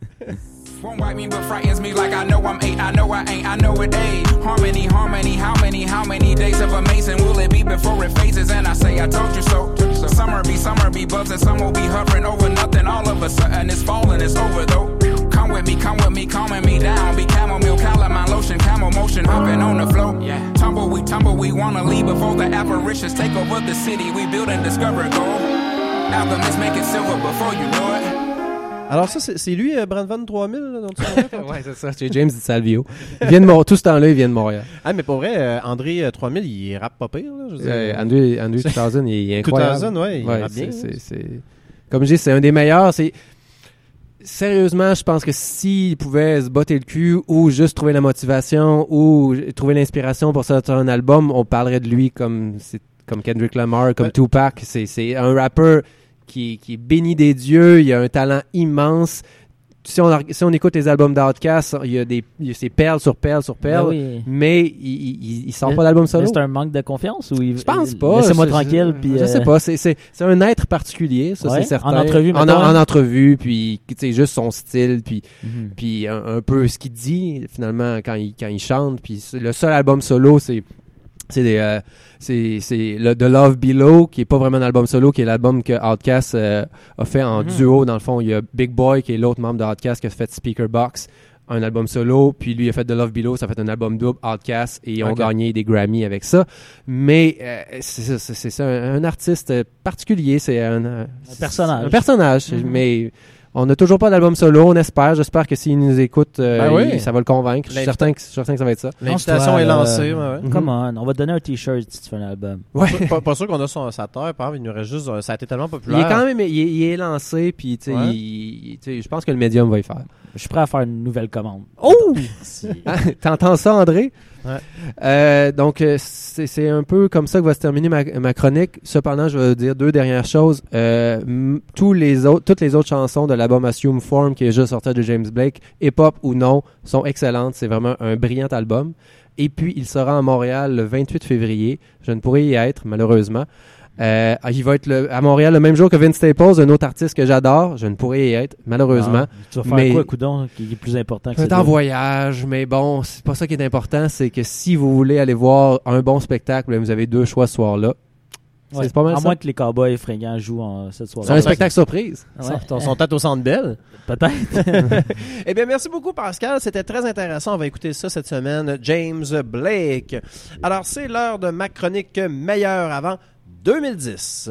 Won't bite me but frightens me like I know I'm eight, I know I ain't, I know it ain't. Harmony, harmony, how many, how many days of amazing will it be before it phases? And I say I told you so. Summer be, summer be buzzing, some will be hovering over nothing. All of a sudden it's falling, it's over though. Come with me, come with me, calming me down. Be chamomile, calamine lotion, camel motion, hopping on the floor. Yeah. Tumble, we tumble, we wanna leave before the apparitions take over the city. We build and discover gold. Alchemists make it silver before you know it. Alors ça, c'est, c'est lui, euh, Brandvan trois mille, là, dont tu parlais, toi? Ouais, c'est ça, c'est James Di Salvio. Il vient de Mont- tout ce temps-là, il vient de Montréal. Ah, mais pour vrai, euh, André euh, trois mille, il rappe pas pire, là, je veux dire. Euh, Andrew, Andrew deux mille, il est incroyable. deux mille, ouais, il rappe bien. c'est, c'est, c'est... Comme je dis, c'est un des meilleurs. C'est... Sérieusement, je pense que s'il pouvait se botter le cul ou juste trouver la motivation ou trouver l'inspiration pour sortir un album, on parlerait de lui comme, c'est, comme Kendrick Lamar, comme Ouais. Tupac. C'est, c'est un rappeur qui, qui est béni des dieux, il a un talent immense. Si on, si on écoute les albums d'Outkast, il y a des, il y a c'est perles sur perles sur perles, Ben oui. mais il, il, il sort Mais- pas d'album Mais solo. c'est un manque de confiance ou il... Je pense il- pas. Laissez-moi Je- tranquille. Je, puis, je euh, sais pas. C'est, c'est, c'est un être particulier, ça, Ouais, c'est certain. en entrevue, en, mettons, en, hein. en entrevue, puis tu sais, juste son style, puis Mhm. puis un, un peu ce qu'il dit finalement quand il quand il chante. Puis c'est- le seul album solo, c'est c'est des, euh, c'est c'est le The Love Below, qui est pas vraiment un album solo, qui est l'album que Outkast euh, a fait en Mhm. duo. Dans le fond, il y a Big Boy, qui est l'autre membre de Outkast, qui a fait Speaker Box, un album solo, puis lui il a fait The Love Below, ça a fait un album double, Outkast, et ils ont Ok. gagné des Grammy avec ça. Mais euh, c'est ça, c'est, c'est ça, un, un artiste particulier, c'est un, un personnage. Un personnage, Mhm. mais on n'a toujours pas d'album solo, on espère. J'espère que s'il nous écoute, euh, Ben oui. il- ça va le convaincre. Je suis L'invita- certain que, je suis certain que ça va être ça. L'invitation Lance-toi, est là. lancée. ouais, ouais. Mhm. Come on, on va te donner un t-shirt si tu fais un album. Ouais. Pas, pas sûr qu'on a son, sa terre, par exemple, il nous reste juste... euh, Ça a été tellement Il populaire. est quand même, il est, il est lancé, puis tu sais, Ouais. il- il- tu sais, je pense que le médium va y faire. Je suis prêt à faire une nouvelle commande. Oh! Si- Hein? T'entends ça, André? Ouais. Euh, donc, euh, c'est, c'est un peu comme ça que va se terminer ma, ma chronique. Cependant, je vais dire deux dernières choses. Euh, m- tous les autres, toutes les autres chansons de l'album Assume Form, qui est juste sorti de James Blake, hip-hop ou non, sont excellentes. C'est vraiment un brillant album. Et puis, il sera à Montréal le vingt-huit février. Je ne pourrai y être, malheureusement. Euh, il va être le- à Montréal le même jour que Vince Staples, un autre artiste que j'adore. Je ne pourrai y être, malheureusement. Ah, tu vas faire Mais- quoi, coudon, qui est plus important que Je vais ça? être en voyage, mais bon, c'est pas ça qui est important. C'est que si vous voulez aller voir un bon spectacle, ben, vous avez deux choix ce soir-là. C'est, c'est pas mal À ça. moins que les Cowboys fringants jouent en, cette soirée. C'est un spectacle surprise. Ouais. Son, son tête au Centre Bell. Peut-être. Eh bien, merci beaucoup, Pascal. C'était très intéressant. On va écouter ça cette semaine. James Blake. Alors, c'est l'heure de ma chronique meilleure avant deux mille dix.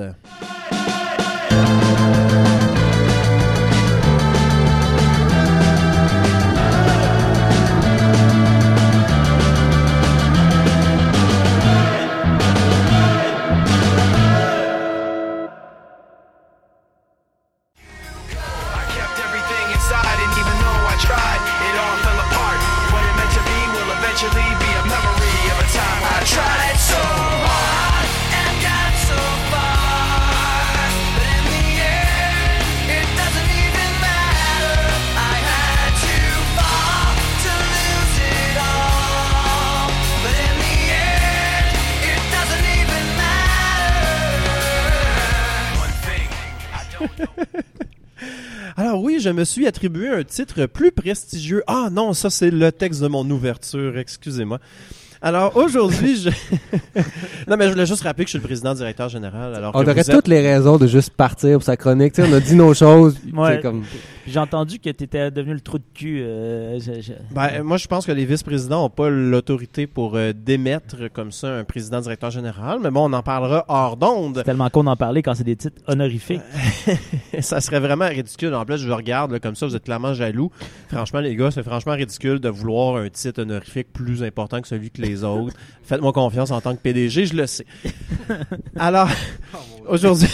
Alors oui, je me suis attribué un titre plus prestigieux. Ah non, ça c'est le texte de mon ouverture, excusez-moi. Alors aujourd'hui, je... non mais je voulais juste rappeler que je suis le président directeur général. Alors on que aurait vous êtes... toutes les raisons de juste partir pour sa chronique. T'sais, on a dit nos choses. Ouais. Comme... J'ai entendu que tu étais devenu le trou de cul. Euh, je, je... Ben, moi, je pense que les vice-présidents n'ont pas l'autorité pour euh, démettre comme ça un président directeur général. Mais bon, on en parlera hors d'onde. C'est tellement con d'en parler quand c'est des titres honorifiques. Ça serait vraiment ridicule. En plus, je vous regarde là, comme ça, vous êtes clairement jaloux. Franchement, les gars, c'est franchement ridicule de vouloir un titre honorifique plus important que celui que les autres. Faites-moi confiance en tant que P D G, je le sais. Alors, aujourd'hui,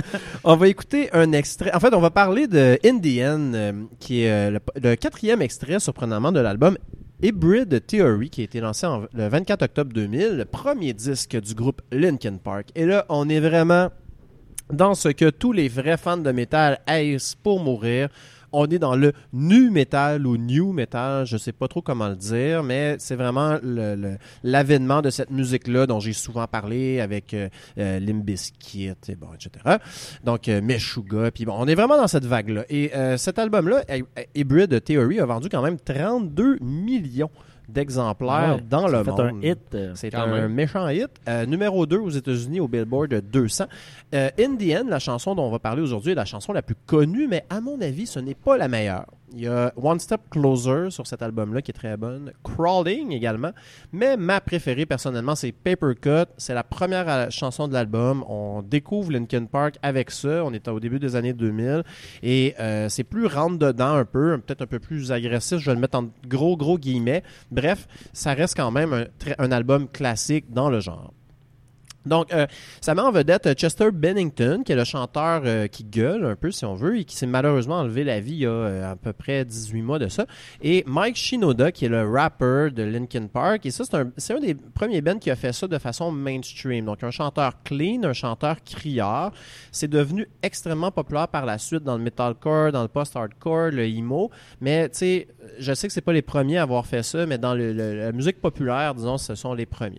on va écouter un extrait. En fait, on va parler de In the End, euh, qui est euh, le, le quatrième extrait, surprenamment, de l'album Hybrid Theory, qui a été lancé en, le vingt-quatre octobre deux mille, le premier disque du groupe Linkin Park. Et là, on est vraiment dans ce que tous les vrais fans de métal haïssent pour mourir. On est dans le nu metal ou new metal, je sais pas trop comment le dire, mais c'est vraiment le, le, l'avènement de cette musique-là dont j'ai souvent parlé avec euh, euh, Limp Bizkit et bon, et cetera. Donc euh, Meshuggah, puis bon, on est vraiment dans cette vague-là. Et euh, cet album-là, Hybrid Theory, a vendu quand même trente-deux millions d'exemplaires ouais, dans le fait monde. Un hit, euh, c'est un même. méchant hit. Euh, numéro deux aux États-Unis au Billboard deux cents. Euh, In the End, la chanson dont on va parler aujourd'hui, est la chanson la plus connue, mais à mon avis, ce n'est pas la meilleure. Il y a One Step Closer sur cet album-là qui est très bonne. Crawling également. Mais ma préférée personnellement, c'est Paper Cut. C'est la première chanson de l'album. On découvre Linkin Park avec ça. On est au début des années deux mille. Et euh, c'est plus rentre-dedans un peu, peut-être un peu plus agressif. Je vais le mettre en gros, gros guillemets. Bref, ça reste quand même un, un album classique dans le genre. Donc, euh, ça met en vedette Chester Bennington, qui est le chanteur euh, qui gueule un peu, si on veut, et qui s'est malheureusement enlevé la vie il y a euh, à peu près dix-huit mois de ça. Et Mike Shinoda, qui est le rapper de Linkin Park. Et ça, c'est un, c'est un des premiers bands qui a fait ça de façon mainstream. Donc, un chanteur clean, un chanteur criard. C'est devenu extrêmement populaire par la suite dans le metalcore, dans le post-hardcore, le emo. Mais, tu sais, je sais que c'est pas les premiers à avoir fait ça, mais dans le, le, la musique populaire, disons, ce sont les premiers.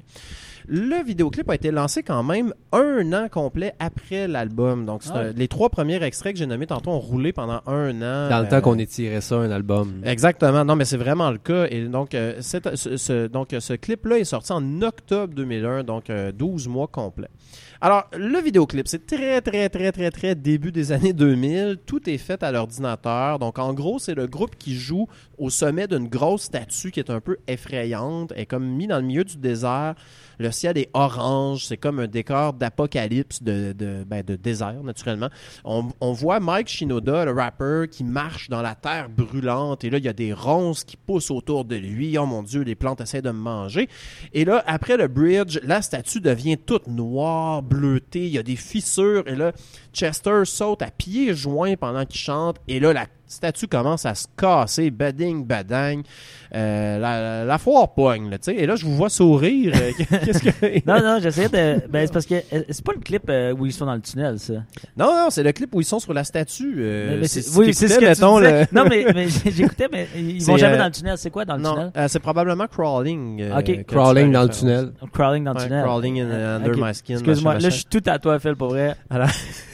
Le vidéoclip a été lancé quand même un an complet après l'album. Donc, c'est ah. un, les trois premiers extraits que j'ai nommés tantôt ont roulé pendant un an. Dans le euh, temps qu'on étirait ça, un album. Exactement. Non, mais c'est vraiment le cas. Et donc, euh, c'est, ce, ce, donc ce clip-là est sorti en octobre deux mille un, donc euh, douze mois complets. Alors, le vidéoclip, c'est très, très, très, très, très début des années deux mille. Tout est fait à l'ordinateur. Donc, en gros, c'est le groupe qui joue au sommet d'une grosse statue qui est un peu effrayante. Elle est comme mis dans le milieu du désert. Le ciel est orange. C'est comme un décor d'apocalypse, de, de, ben, de désert, naturellement. On, on voit Mike Shinoda, le rappeur, qui marche dans la terre brûlante. Et là, il y a des ronces qui poussent autour de lui. Oh mon Dieu, les plantes essaient de me manger. Et là, après le bridge, la statue devient toute noire, bleutée. Il y a des fissures. Et là, Chester saute à pieds joints pendant qu'il chante. Et là, la statue commence à se casser, bading, badang. Euh, la, la foire pogne, là, tu sais. Et là, je vous vois sourire. Qu'est-ce que... Non, non, j'essayais de... Ben, c'est parce que c'est pas le clip euh, où ils sont dans le tunnel, ça. Non, non, c'est le clip où ils sont sur la statue. Euh, mais, mais c'est, c'est, oui, c'est ce que mettons, tu disais. le... Non, mais, mais j'écoutais, mais ils c'est, vont jamais euh... dans le tunnel. C'est quoi dans le non, tunnel? Euh, c'est probablement Crawling. Euh, OK. Crawling dans le tunnel. Crawling dans le ouais, tunnel. Crawling in, uh, Under okay. My Skin. Excuse-moi, machin, là, machin. je suis tout à toi, Phil, pour vrai. Alors...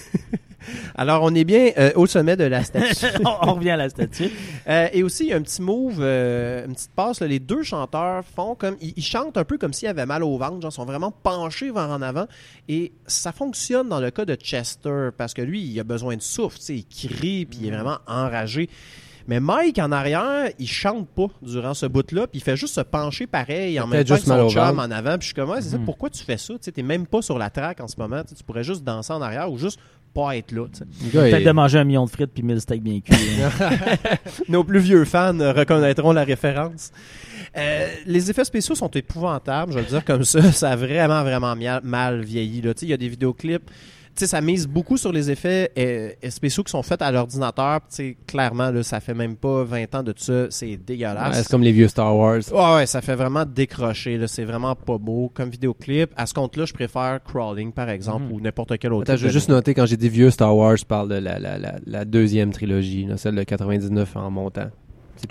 Alors, on est bien euh, au sommet de la statue. on, on revient à la statue. Euh, et aussi, il y a un petit move, euh, une petite passe. Là, les deux chanteurs font comme... Ils, ils chantent un peu comme s'ils avaient mal au ventre. Genre, ils sont vraiment penchés vers en avant. Et ça fonctionne dans le cas de Chester. Parce que lui, il a besoin de souffle. Il crie, puis il est vraiment enragé. Mais Mike, en arrière, il chante pas durant ce bout-là, puis il fait juste se pencher pareil, en même temps que son chum en avant. Puis je suis comme, ouais, c'est ça, Mm. pourquoi tu fais ça? Tu n'es même pas sur la track en ce moment. Tu tu pourrais juste danser en arrière ou juste pas être là. T'sais. Peut-être est... de manger un million de frites puis mille steaks bien cuits. Nos plus vieux fans reconnaîtront la référence. Euh, les effets spéciaux sont épouvantables, je vais le dire comme ça. Ça a vraiment, vraiment mal vieilli. Il y a des vidéoclips. Tu sais, ça mise beaucoup sur les effets euh, spéciaux qui sont faits à l'ordinateur. Tu sais, clairement, là, ça fait même pas vingt ans de ça. C'est dégueulasse. Ouais, c'est comme les vieux Star Wars. Ouais, ouais, ça fait vraiment décrocher. Là. C'est vraiment pas beau comme vidéoclip. À ce compte-là, je préfère Crawling, par exemple, mm-hmm. ou n'importe quel autre. Attends, je veux juste noter, quand j'ai dit vieux Star Wars, je parle de la, la, la, la deuxième trilogie, là, celle de quatre-vingt-dix-neuf en montant. C'est tout.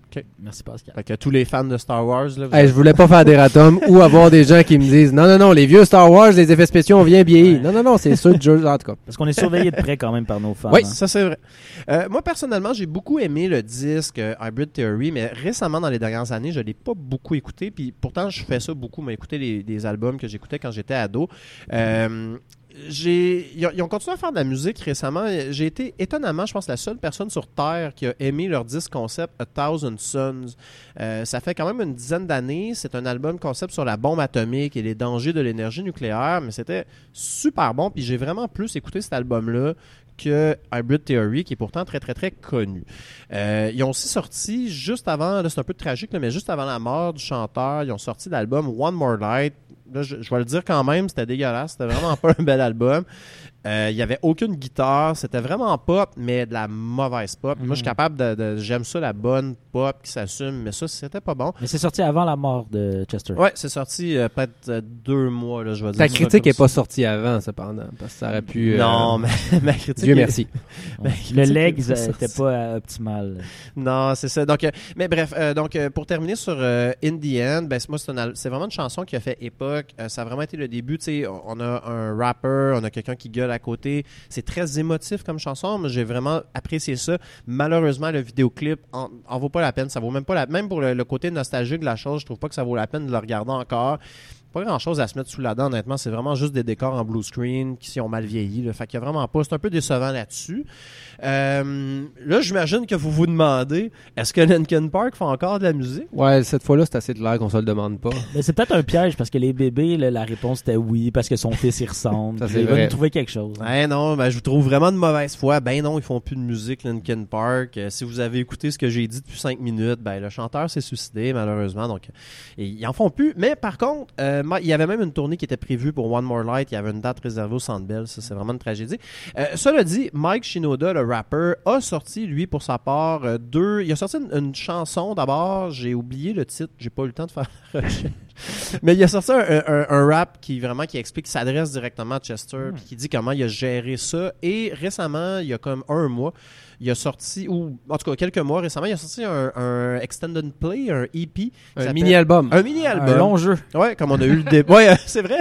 OK. Merci, Pascal. Fait que tous les fans de Star Wars, là, vous Hey, je voulais pas faire d'erratum ou avoir des gens qui me disent non, non, non, les vieux Star Wars, les effets spéciaux ont bien vieilli. Ouais. Non, non, non, c'est ceux de George, en tout cas. Parce qu'on est surveillé de près quand même par nos fans. Oui, hein. ça c'est vrai. Euh, moi, personnellement, j'ai beaucoup aimé le disque euh, Hybrid Theory, mais récemment, dans les dernières années, je ne l'ai pas beaucoup écouté. Puis pourtant, je fais ça beaucoup, mais écouter les, les albums que j'écoutais quand j'étais ado. Euh, j'ai, ils, ont, ils ont continué à faire de la musique récemment. J'ai été étonnamment, je pense, la seule personne sur Terre qui a aimé leur disque concept A Thousand Suns. Euh, ça fait quand même une dizaine d'années. C'est un album concept sur la bombe atomique et les dangers de l'énergie nucléaire, mais c'était super bon. Puis j'ai vraiment plus écouté cet album-là que Hybrid Theory, qui est pourtant très, très, très connu. Euh, ils ont aussi sorti, juste avant, là c'est un peu tragique, là, mais juste avant la mort du chanteur, ils ont sorti l'album One More Light. Là, je, je vais le dire quand même, c'était dégueulasse, c'était vraiment pas un bel album. Euh, il n'y avait aucune guitare, c'était vraiment pop, mais de la mauvaise pop. Mm-hmm. Moi, je suis capable de, de... J'aime ça, la bonne pop qui s'assume, mais ça, c'était pas bon. Mais c'est sorti avant la mort de Chester. Ouais, c'est sorti euh, peut-être euh, deux mois, là, je vais dire. Ta critique n'est pas sortie avant, cependant, parce que ça aurait pu... Euh... Non, mais ma critique... Dieu merci. Ouais. Le leg n'était pas euh, optimal. Non, c'est ça. Donc, euh, mais bref, euh, donc euh, pour terminer sur euh, In the End, ben, moi, c'est, une, c'est vraiment une chanson qui a fait époque. Euh, ça a vraiment été le début. Tu sais, on a un rapper, on a quelqu'un qui gueule à côté. C'est très émotif comme chanson, mais j'ai vraiment apprécié ça. Malheureusement, le vidéoclip en, en vaut pas la peine. Ça vaut même pas la même pour le, le côté nostalgique de la chose. Je trouve pas que ça vaut la peine de le regarder encore. Pas grand chose à se mettre sous la dent, honnêtement. C'est vraiment juste des décors en blue screen qui ont mal vieilli. Là. Fait qu'il y a vraiment pas. C'est un peu décevant là-dessus. Euh, là, j'imagine que vous vous demandez, est-ce que Linkin Park font encore de la musique? Ouais, cette fois-là, c'est assez de l'air qu'on se le demande pas. Mais c'est peut-être un piège parce que les bébés, là, la réponse était oui, parce que son fils y ressemble. Ça, c'est il va vrai. nous trouver quelque chose. Ouais, non, ben, je vous trouve vraiment de mauvaise foi. Ben non, ils font plus de musique, Linkin Park. Euh, si vous avez écouté ce que j'ai dit depuis cinq minutes, ben le chanteur s'est suicidé, malheureusement. Donc, et, ils en font plus. Mais par contre, euh, il y avait même une tournée qui était prévue pour One More Light. Il y avait une date réservée au Centre Bell. Ça, c'est vraiment une tragédie. Euh, cela dit, Mike Shinoda, le rapper, a sorti, lui, pour sa part, euh, deux... Il a sorti une, une chanson, d'abord. J'ai oublié le titre. J'ai pas eu le temps de faire la recherche. Mais il a sorti un, un, un rap qui vraiment qui explique, qui s'adresse directement à Chester, puis qui dit comment il a géré ça. Et récemment, il y a comme un mois, il a sorti, ou en tout cas quelques mois récemment, il a sorti un, un extended play, un E P. Un mini-album. Un mini-album. Un long jeu. Ouais, comme on a eu le débat. Ouais, c'est vrai.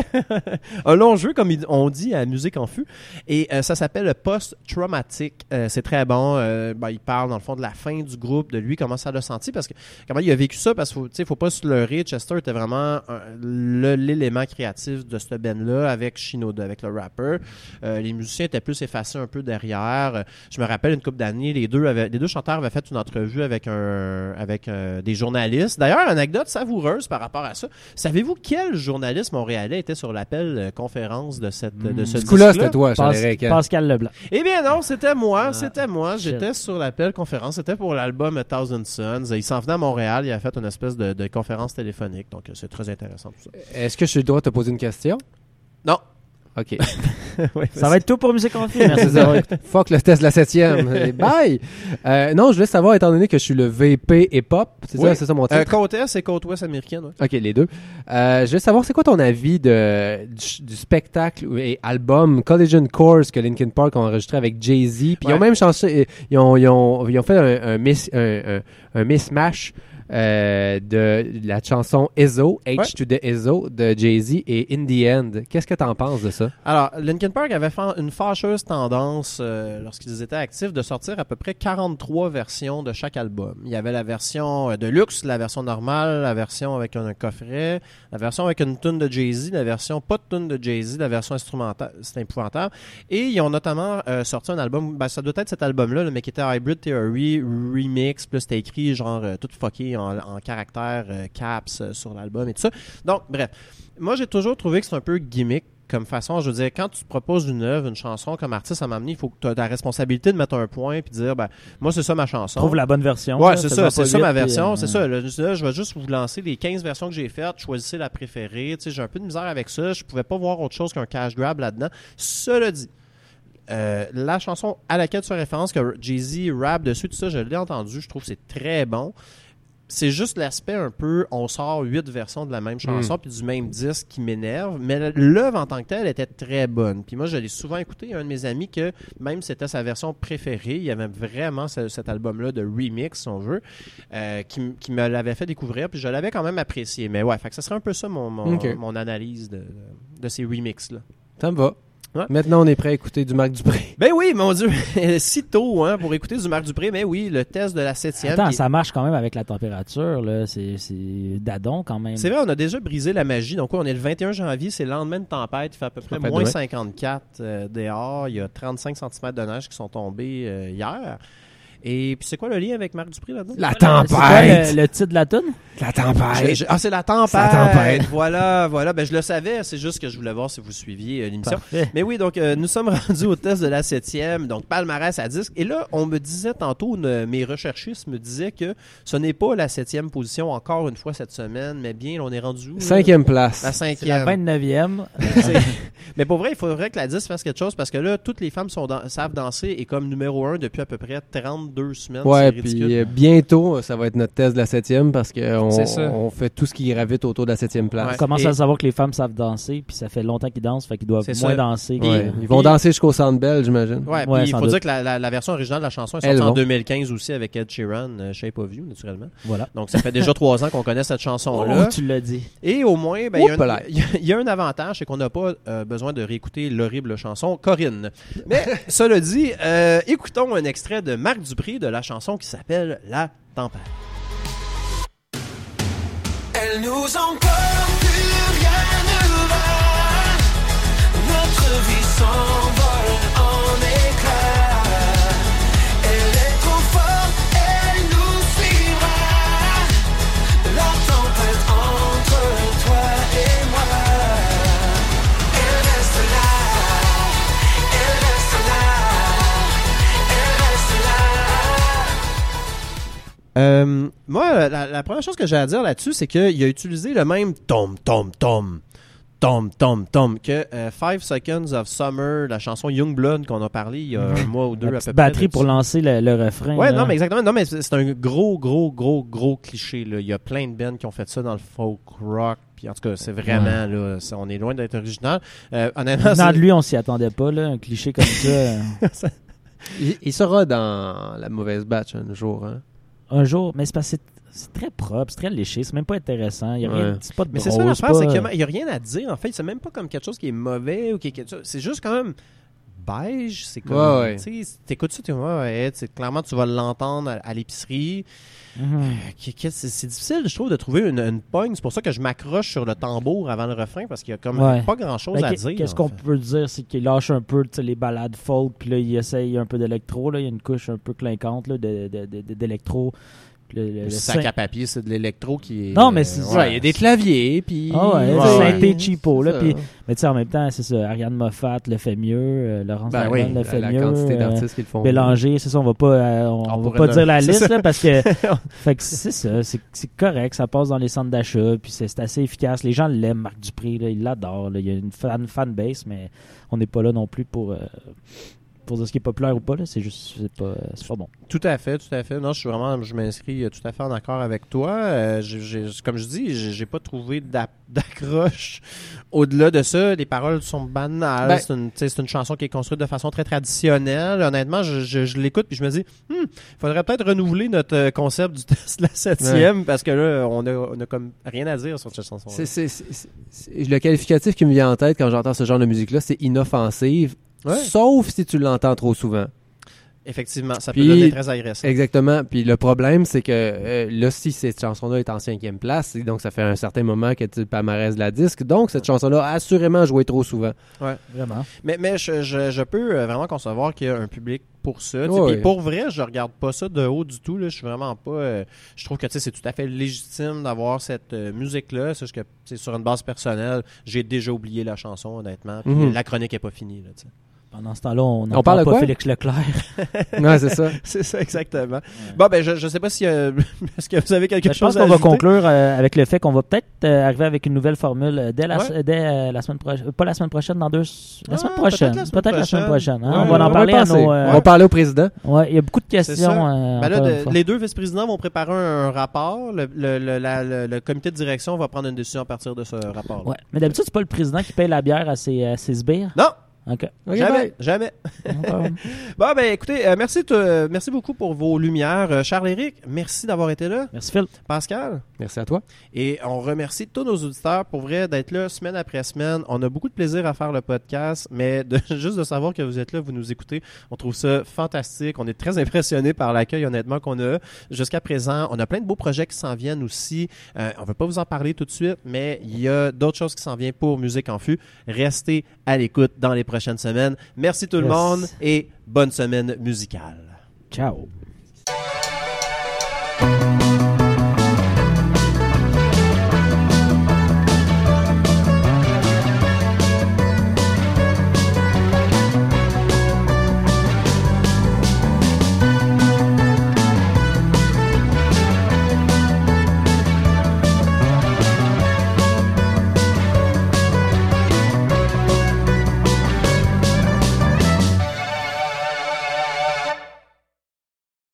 Un long jeu, comme on dit à Musique en Fût. Et euh, ça s'appelle Post-Traumatic. Euh, c'est très bon. Euh, ben, il parle, dans le fond, de la fin du groupe, de lui, comment ça l'a senti, parce que comment il a vécu ça, parce qu'il faut, faut pas se leurrer. Chester était vraiment un, le, l'élément créatif de cette band-là avec Shinoda, avec le rapper. Euh, les musiciens étaient plus effacés un peu derrière. Euh, je me rappelle une couple d'années, les deux, avaient, les deux chanteurs avaient fait une entrevue avec, un, avec euh, des journalistes. D'ailleurs, anecdote savoureuse par rapport à ça. Savez-vous quel journaliste montréalais était sur l'appel euh, conférence de, cette, mmh. de ce Ce coup-là, disque-là? c'était toi, Pas- Charles Pascal Leblanc. Eh bien non, c'était moi, Ah, c'était moi. shit. J'étais sur l'appel conférence. C'était pour l'album A Thousand Suns. Il s'en venait à Montréal. Il a fait une espèce de, de conférence téléphonique. Donc, euh, c'est très intéressant tout ça. Est-ce que je suis le droit de te poser une question? Non. OK. Oui, Ça va être tout pour Musique en Fût. Merci C'est de ça. l'avoir écouté. Fuck le test de la septième. Et bye! Euh, non, je voulais savoir, étant donné que je suis le V P hip-hop, c'est, Oui. ça, c'est ça mon titre? Euh, côte Est et côte Ouest américaine. Ouais. OK, les deux. Euh, je voulais savoir, c'est quoi ton avis de, du, du spectacle et album Collision Course que Linkin Park ont enregistré avec Jay-Z? Puis ils ont Ouais. même chanté, ils ont, ils ont, ils ont fait un, un, miss, un, un, un mismatch euh, de la chanson Izzo, H Ouais. to the Izzo de Jay-Z et In the End. Qu'est-ce que t'en penses de ça? Alors, Linkin Park avait fait une fâcheuse tendance, euh, lorsqu'ils étaient actifs, de sortir à peu près quarante-trois versions de chaque album. Il y avait la version euh, de luxe, la version normale, la version avec un, un coffret, la version avec une tune de Jay-Z, la version pas de tune de Jay-Z, la version instrumentale. C'est épouvantable. Et ils ont notamment euh, sorti un album, ben, ça doit être cet album-là, là, mais qui était Hybrid Theory Remix, plus c'était écrit genre euh, tout fucké en, en caractères euh, caps euh, sur l'album et tout ça. Donc, bref. Moi, j'ai toujours trouvé que c'est un peu gimmick comme façon. Je veux dire, quand tu te proposes une œuvre, une chanson comme artiste à m'amener, il faut que tu aies la responsabilité de mettre un point puis de dire, ben, moi, c'est ça ma chanson. Trouve la bonne version. Ouais, là, c'est va ça, pas c'est ça vite, ma puis, version, euh, c'est ça. Là, là, je vais juste vous lancer les quinze versions que j'ai faites, choisissez la préférée. Tu sais, j'ai un peu de misère avec ça. Je pouvais pas voir autre chose qu'un cash grab là-dedans. Cela dit, euh, la chanson à laquelle tu fais référence, que Jay-Z rap dessus, tout ça, je l'ai entendu. Je trouve que c'est très bon. c'est juste l'aspect un peu, on sort huit versions de la même chanson Mm. puis du même disque qui m'énerve, mais l'œuvre en tant que telle était très bonne. Puis moi, je l'ai souvent écouté, un de mes amis, que même c'était sa version préférée, il y avait vraiment ce- cet album-là de remix, si on veut, euh, qui, m- qui me l'avait fait découvrir, puis je l'avais quand même apprécié. Mais ouais, fait que ça serait un peu ça mon, mon, Ok. mon analyse de, de ces remixes-là. Ça me va. Ouais. Maintenant, on est prêt à écouter du Marc Dupré. Ben oui, mon Dieu, si tôt hein, pour écouter du Marc Dupré, mais oui, le test de la septième. Attends, qui- ça marche quand même avec la température. Là. C'est, c'est dadon quand même. C'est vrai, on a déjà brisé la magie. Donc, ouais, on est le vingt et un janvier, c'est le lendemain de tempête. Il fait à peu près Tempête moins demain. cinquante-quatre euh, dehors. Il y a trente-cinq centimètres de neige qui sont tombés euh, hier. Et puis, c'est quoi le lien avec Marc Dupré là-dedans? La C'est quoi tempête! le, le titre de la tune? La Je- tempête! je- ah, c'est la tempête! C'est la tempête. Voilà, voilà. Ben, je le savais. C'est juste que je voulais voir si vous suiviez euh, l'émission. Parfait. Mais oui, donc euh, nous sommes rendus au test de la septième, donc palmarès à disque. Et là, on me disait tantôt, une- mes recherchistes me disaient que ce n'est pas la septième position encore une fois cette semaine, mais bien, on est rendu où, là? Cinquième place. La C'est la cinquième. vingt-neuvième. C'est- mais pour vrai, il faudrait que la dix fasse quelque chose parce que là, toutes les femmes sont dans- savent danser et comme numéro un depuis à peu près trente-deux semaines. Ouais, c'est puis ridicule. euh, bientôt, ça va être notre test de la septième parce qu'on C'est ça. on fait tout ce qui gravite autour de la septième place. On commence Et- à savoir que les femmes savent danser, puis ça fait longtemps qu'ils dansent, fait qu'ils doivent C'est moins ça. danser. que- Ouais, Ils vont Puis- danser jusqu'au Centre Bell, j'imagine. Ouais, Ouais, puis il sans faut doute. dire que la, la- la version originale de la chanson est Elles sortie en vont. deux mille quinze aussi avec Ed Sheeran, euh, Shape of You, naturellement. Voilà. Donc ça fait déjà trois ans qu'on connaît cette Oh, chanson-là. tu l'as dit. Et au moins, ben, il y a Oups un- là. il y, a- il y a un avantage, c'est qu'on n'a pas euh, besoin de réécouter l'horrible chanson Corinne. Mais cela dit, euh, écoutons un extrait de Marc Dupré de la chanson qui s'appelle La Tempête. Elle nous encore plus rien ne va. Notre vie s'envole en éclats. Elle est trop forte, elle nous suivra. La tempête entre toi et moi. Elle reste là, elle reste là, elle reste là. Euh, moi, la, la première chose que j'ai à dire là-dessus, c'est qu'il a utilisé le même tom, tom, tom, tom, tom, tom que euh, Five Seconds of Summer, la chanson Youngblood qu'on a parlé il y a un mois ou deux La à petite peu près. batterie là-dessus. pour lancer le, le refrain. Ouais, là. non, mais exactement. Non, mais c'est c'est un gros, gros, gros, gros cliché. Là. Il y a plein de bands qui ont fait ça dans le folk rock. Puis en tout cas, c'est vraiment, là, c'est- on est loin d'être original. Euh, honnêtement, Venant c'est- de lui, on s'y attendait pas, là, un cliché comme ça. euh, Il, il sera dans la mauvaise batch un jour. Hein. un jour, mais c'est parce que c'est, c'est très propre, c'est très léché, c'est même pas intéressant. Il y a rien, Ouais. c'est pas de Mais c'est drôle, ça l'affaire, pas, c'est qu'il euh, n'y a rien à dire. En fait, c'est même pas comme quelque chose qui est mauvais ou qui est quelque chose. C'est juste quand même beige. C'est comme. Ouais, ouais. Tu sais, t'écoutes ça, tu vois, ouais, tu sais, clairement, tu vas l'entendre à, à l'épicerie. mhm. Euh, qui- qui- C'est c'est difficile, je trouve, de trouver une, une pogne. C'est pour ça que je m'accroche sur le tambour avant le refrain parce qu'il y a comme Ouais. pas grand chose Ben, à qu'est- dire. Qu'est-ce en qu'on fait. peut dire, c'est qu'il lâche un peu tu sais, les balades folk, puis là, il essaye un peu d'électro. Là. Il y a une couche un peu clinquante là, de, de, de- de- d'électro. Puis le- le- Le le sac syn- à papier, c'est de l'électro qui est. Non, mais c'est- euh, Ouais, il y a des claviers, puis... Ah ouais, Ouais, c'est ouais. synthé cheapo. Là, Ça. puis, mais tu sais, en même temps, c'est ça. Ariane Moffat le fait mieux. euh, Laurence Ben Lavoie oui, le fait la, la mieux. quantité euh, d'artistes qu'ils le font. Bélanger, c'est ça, on va pas, euh, on, On va pourrait pas le- dire la c'est liste ça. là, parce que fait que c'est ça, c'est, c'est correct, ça passe dans les centres d'achat, puis c'est, c'est assez efficace. Les gens l'aiment, Marc Dupré, là, ils l'adorent. Là. Il y a une fan fan base, mais on n'est pas là non plus pour euh, pour dire ce qui est populaire ou pas. Là. C'est juste, c'est pas, c'est pas bon. Tout à fait, tout à fait. Non, je suis vraiment, je m'inscris euh, tout à fait en accord avec toi. Euh, j'ai- j'ai- comme je dis, j'ai, j'ai pas trouvé d'a- d'accroche au-delà de ça. Les paroles sont banales. Ben- c'est, une, tu sais, c'est une chanson qui est construite de façon très traditionnelle. Honnêtement, je, je, je l'écoute puis je me dis, il faudrait peut-être renouveler notre euh, concept du test de la septième parce que là, on a, on a comme rien à dire sur cette chanson. C'est, c'est, c'est, c'est- c'est- le qualificatif qui me vient en tête quand j'entends ce genre de musique-là, c'est inoffensive, Ouais. sauf si tu l'entends trop souvent. Effectivement, ça Puis- peut devenir très agressif. Exactement. Puis le problème, c'est que euh, là, si cette chanson-là est en cinquième place, et donc ça fait un certain moment qu'elle est le palmarès de la disque, donc cette chanson-là a assurément joué trop souvent. Vraiment. Mais, mais je, je, je peux euh, vraiment concevoir qu'il y a un public pour ça. tu sais. Ouais. Puis pour vrai, je regarde pas ça de haut du tout. Là. Je suis vraiment pas. euh, je trouve que tu sais, c'est tout à fait légitime d'avoir cette euh, musique-là. C'est juste que tu sais, sur une base personnelle, j'ai déjà oublié la chanson, honnêtement. Puis Mhm. la chronique est pas finie. Là, tu sais. Pendant ce temps-là, on On n'entend parle de pas quoi? Félix Leclerc. Ouais, c'est ça. C'est ça, exactement. Bon, ben, je, je sais pas si, euh, est-ce que vous avez quelque Mais je pense chose à qu'on va ajouter? conclure euh, avec le fait qu'on va peut-être euh, arriver avec une nouvelle formule euh, dès la, Ouais. dès, euh, la semaine prochaine. Pas la semaine prochaine, dans deux... La Ah, semaine prochaine. peut-être la semaine Peut-être la semaine prochaine. hein. Ouais, on ouais, va en on va parler y à penser. nos... euh, On va parler au président. Ouais, il y a beaucoup de C'est questions. ça. euh, Ben là, encore de- une fois. les deux vice-présidents vont préparer un, un rapport. Le, le, le, la- le- le comité de direction va prendre une décision à partir de ce rapport. Ouais. Mais d'habitude, c'est pas le président qui paye la bière à ses, à ses sbires. Non! OK. Ok, jamais, bye. jamais. Encore. Bon, ben, écoutez, euh, merci, t- euh, merci beaucoup pour vos lumières. Euh, Charles-Éric, merci d'avoir été là. Merci, Phil. Pascal. Merci à toi. Et on remercie tous nos auditeurs pour vrai d'être là semaine après semaine. On a beaucoup de plaisir à faire le podcast, mais de, juste de savoir que vous êtes là, vous nous écoutez, on trouve ça fantastique. On est très impressionnés par l'accueil, honnêtement, qu'on a jusqu'à présent. On a plein de beaux projets qui s'en viennent aussi. Euh, on ne veut pas vous en parler tout de suite, mais il y a d'autres choses qui s'en viennent pour Musique en Fût. Restez à l'écoute dans les prochaines semaines. Merci tout le Yes. monde et bonne semaine musicale. Ciao.